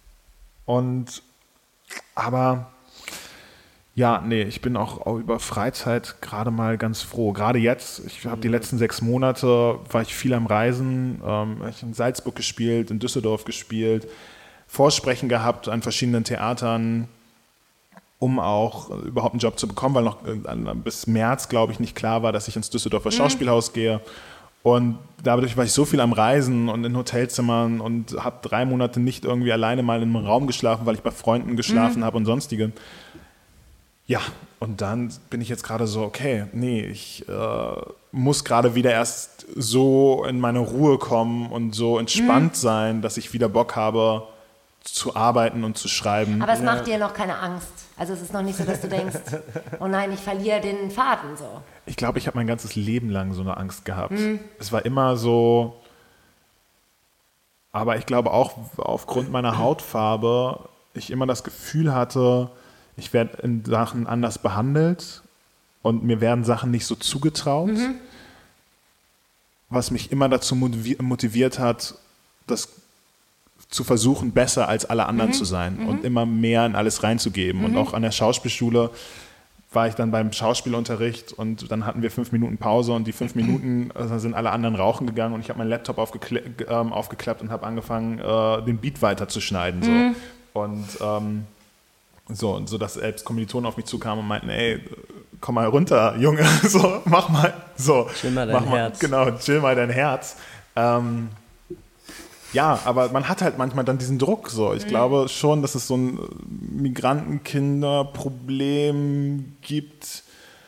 aber ja, nee, ich bin auch über Freizeit gerade mal ganz froh. Gerade jetzt, ich habe die letzten 6 Monate, war ich viel am Reisen, ich habe in Salzburg gespielt, in Düsseldorf gespielt, Vorsprechen gehabt an verschiedenen Theatern, um auch überhaupt einen Job zu bekommen, weil noch bis März, glaube ich, nicht klar war, dass ich ins Düsseldorfer Schauspielhaus gehe. Und dadurch war ich so viel am Reisen und in Hotelzimmern und habe 3 Monate nicht irgendwie alleine mal in einem Raum geschlafen, weil ich bei Freunden geschlafen habe und sonstige. Ja, und dann bin ich jetzt gerade so, okay, nee, ich muss gerade wieder erst so in meine Ruhe kommen und so entspannt sein, dass ich wieder Bock habe zu arbeiten und zu schreiben. Aber es macht dir noch keine Angst. Also es ist noch nicht so, dass du denkst, oh nein, ich verliere den Faden so. Ich glaube, ich habe mein ganzes Leben lang so eine Angst gehabt. Es war immer so, aber ich glaube auch aufgrund meiner Hautfarbe, ich immer das Gefühl hatte, ich werde in Sachen anders behandelt und mir werden Sachen nicht so zugetraut, was mich immer dazu motiviert hat, das zu versuchen, besser als alle anderen zu sein und immer mehr in alles reinzugeben. Und auch an der Schauspielschule war ich dann beim Schauspielunterricht und dann hatten wir 5 Minuten Pause und die 5 Minuten sind alle anderen rauchen gegangen und ich habe meinen Laptop aufgeklappt und habe angefangen, den Beat weiterzuschneiden. So. Und so dass selbst Kommilitonen auf mich zukamen und meinten, ey, komm mal runter, Junge, so, mach mal, so. Chill mal dein Herz. Genau, chill mal dein Herz. Ja, aber man hat halt manchmal dann diesen Druck, so. Ich glaube schon, dass es so ein Migrantenkinderproblem gibt,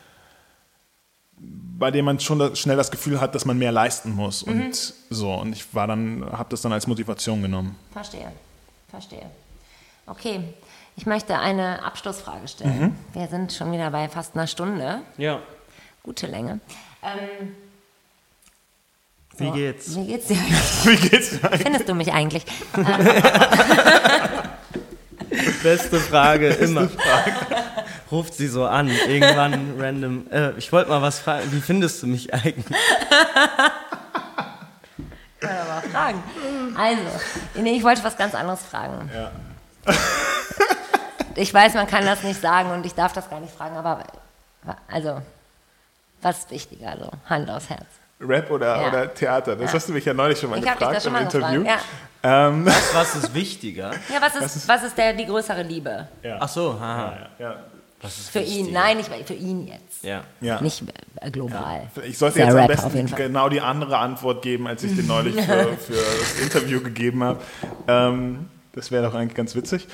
bei dem man schon schnell das Gefühl hat, dass man mehr leisten muss und so. Und ich habe das dann als Motivation genommen. Verstehe. Okay. Ich möchte eine Abschlussfrage stellen. Wir sind schon wieder bei fast einer Stunde. Ja. Gute Länge. Wie geht's? Wie geht's dir eigentlich? Findest du mich eigentlich? Beste Frage, immer. Ruft sie so an, irgendwann random. Ich wollte mal was fragen, wie findest du mich eigentlich? Kann man mal fragen. Also, ich wollte was ganz anderes fragen. Ja. Ich weiß, man kann das nicht sagen und ich darf das gar nicht fragen, aber also, was ist wichtiger, also Hand aufs Herz? Rap oder Theater? Das hast du mich ja neulich schon mal gefragt im Interview. Ja. Was ist wichtiger? Ja, was ist die größere Liebe? Ja. Ach so, haha. Ja. Was ist für wichtiger? ihn, nein, nicht für ihn jetzt. Ja. Nicht global. Ja. Ich sollte Sehr jetzt am Rap, besten genau die andere Antwort geben, als ich den neulich für das Interview gegeben habe. Das wäre doch eigentlich ganz witzig.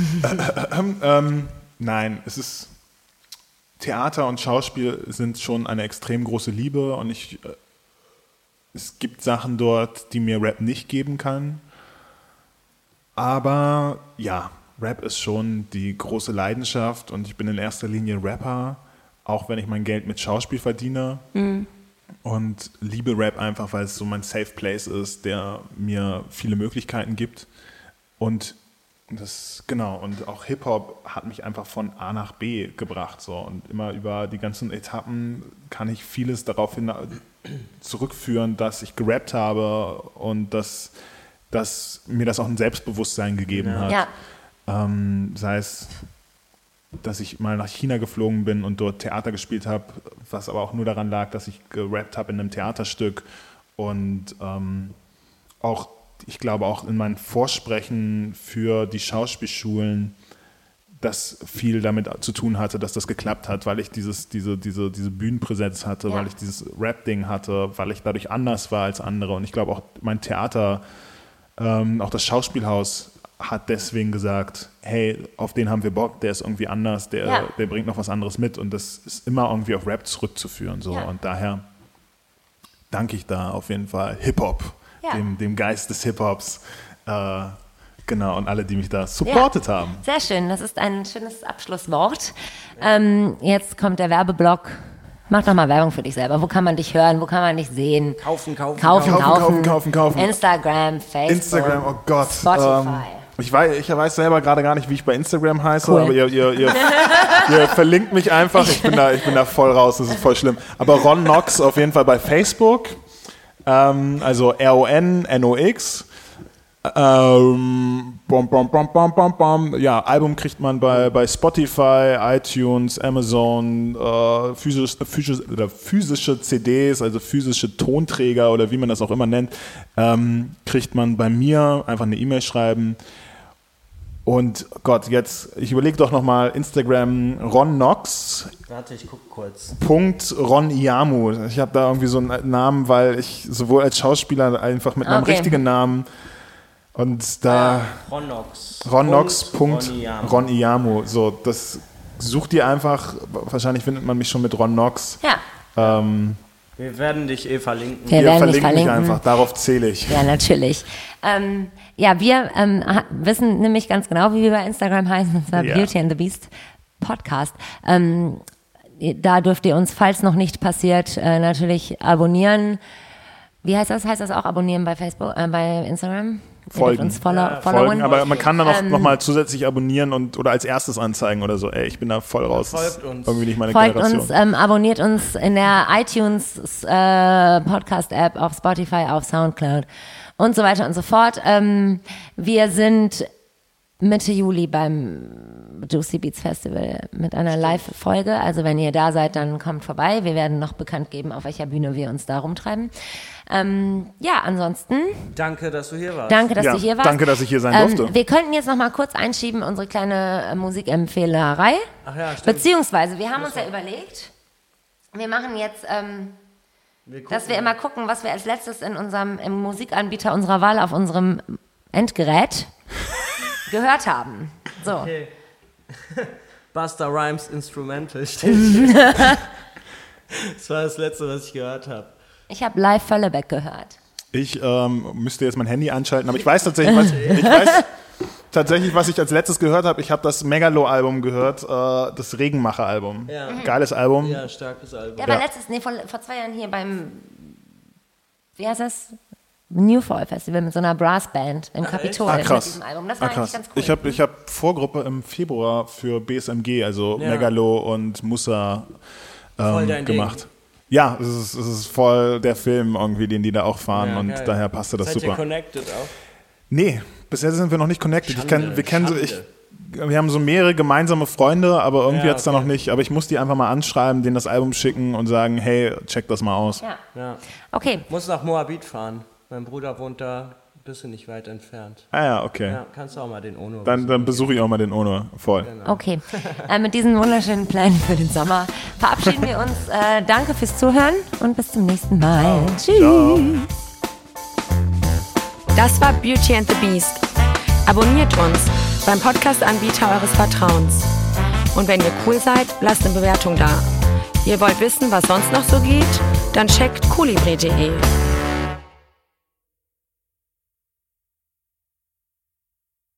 Nein, es ist Theater und Schauspiel sind schon eine extrem große Liebe und es gibt Sachen dort, die mir Rap nicht geben kann. Aber ja, Rap ist schon die große Leidenschaft und ich bin in erster Linie Rapper, auch wenn ich mein Geld mit Schauspiel verdiene. Und liebe Rap einfach, weil es so mein Safe Place ist, der mir viele Möglichkeiten gibt. Und und auch Hip-Hop hat mich einfach von A nach B gebracht. So. Und immer über die ganzen Etappen kann ich vieles darauf zurückführen, dass ich gerappt habe und dass mir das auch ein Selbstbewusstsein gegeben hat. Ja. Sei es, dass ich mal nach China geflogen bin und dort Theater gespielt habe, was aber auch nur daran lag, dass ich gerappt habe in einem Theaterstück. Und ich glaube auch in meinen Vorsprechen für die Schauspielschulen, das viel damit zu tun hatte, dass das geklappt hat, weil ich diese Bühnenpräsenz hatte, weil ich dieses Rap-Ding hatte, weil ich dadurch anders war als andere. Und ich glaube auch mein Theater, auch das Schauspielhaus hat deswegen gesagt, hey, auf den haben wir Bock, der ist irgendwie anders, der bringt noch was anderes mit. Und das ist immer irgendwie auf Rap zurückzuführen. So. Ja. Und daher danke ich da auf jeden Fall Hip-Hop. Ja. Dem Geist des Hip-Hops, genau, und alle, die mich da supportet haben. Sehr schön, das ist ein schönes Abschlusswort. Jetzt kommt der Werbeblock Mach doch mal Werbung für dich selber. Wo kann man dich hören? Wo kann man dich sehen? Kaufen. Kaufen. Instagram, Facebook. Instagram, oh Gott. Spotify. Ich weiß selber gerade gar nicht, wie ich bei Instagram heiße, Cool. aber ihr verlinkt mich einfach. Ich bin da voll raus, das ist voll schlimm. Aber Ron Knox auf jeden Fall bei Facebook, also RONNOX. Ja, Album kriegt man bei Spotify, iTunes, Amazon, physische CDs, also physische Tonträger oder wie man das auch immer nennt, kriegt man bei mir, einfach eine E-Mail schreiben. Und Gott, jetzt, ich überlege doch nochmal, Instagram Ron Knox. Warte, ich guck kurz. Ron Iamu. Ich habe da irgendwie so einen Namen, weil ich sowohl als Schauspieler einfach mit meinem richtigen Namen und da Ron Knox. Ron Iamu. So, das sucht ihr einfach. Wahrscheinlich findet man mich schon mit Ron Knox. Ja. Wir werden dich verlinken. Wir verlinken mich einfach. Darauf zähle ich. Ja, natürlich. Wir wissen nämlich ganz genau, wie wir bei Instagram heißen. Und zwar Beauty and the Beast Podcast. Da dürft ihr uns, falls noch nicht passiert, natürlich abonnieren. Wie heißt das? Heißt das auch abonnieren bei Facebook, bei Instagram? Folgen. Uns folgen, aber man kann dann noch mal zusätzlich abonnieren oder als erstes anzeigen oder so. Ey, ich bin da voll raus. Folgt uns. Irgendwie nicht meine Folgt Generation. uns, abonniert uns in der iTunes Podcast-App, auf Spotify, auf Soundcloud und so weiter und so fort. Wir sind Mitte Juli beim Juicy Beats Festival mit einer Live-Folge. Also wenn ihr da seid, dann kommt vorbei. Wir werden noch bekannt geben, auf welcher Bühne wir uns da rumtreiben. Ansonsten. Danke, dass du hier warst. Danke, dass du hier warst. Danke, dass ich hier sein durfte. Wir könnten jetzt noch mal kurz einschieben, unsere kleine Musikempfehlerei. Ach ja, stimmt. Beziehungsweise, wir haben uns ja überlegt, wir machen jetzt, dass wir immer gucken, was wir als letztes in unserem im Musikanbieter unserer Wahl auf unserem Endgerät gehört haben. So. Okay. Busta Rhymes Instrumental steht hier. Das war das Letzte, was ich gehört habe. Ich habe live Völlebeck gehört. Ich müsste jetzt mein Handy anschalten, aber ich weiß tatsächlich, was ich als letztes gehört habe. Ich habe das Megalo-Album gehört, das Regenmacher-Album. Ja. Geiles Album. Ja, starkes Album. Der war vor 2 Jahren hier beim, wie heißt das? New Fall Festival mit so einer Brassband im Kapitol mit krass. diesem Album. Das war eigentlich ganz cool. Ich hab Vorgruppe im Februar für BSMG, also Megalo und Musa gemacht. Ding. Ja, es ist voll der Film irgendwie, den die da auch fahren und geil. daher passte das Seid super. ihr connected auch? Nee, bisher sind wir noch nicht connected. Schande. Wir haben so mehrere gemeinsame Freunde, aber irgendwie Ja, hat's da noch nicht. Aber ich muss die einfach mal anschreiben, denen das Album schicken und sagen, hey, check das mal aus. Ja. Okay. Muss nach Moabit fahren. Mein Bruder wohnt da ein bisschen nicht weit entfernt. Ah ja, okay. Ja, kannst du auch mal den Ono Dann besuche ich auch mal den Ono. Voll. Genau. Okay, mit diesen wunderschönen Plänen für den Sommer verabschieden wir uns. Danke fürs Zuhören und bis zum nächsten Mal. Tschüss. Ciao. Das war Beauty and the Beast. Abonniert uns beim Podcast-Anbieter eures Vertrauens. Und wenn ihr cool seid, lasst eine Bewertung da. Ihr wollt wissen, was sonst noch so geht? Dann checkt kolibri.de.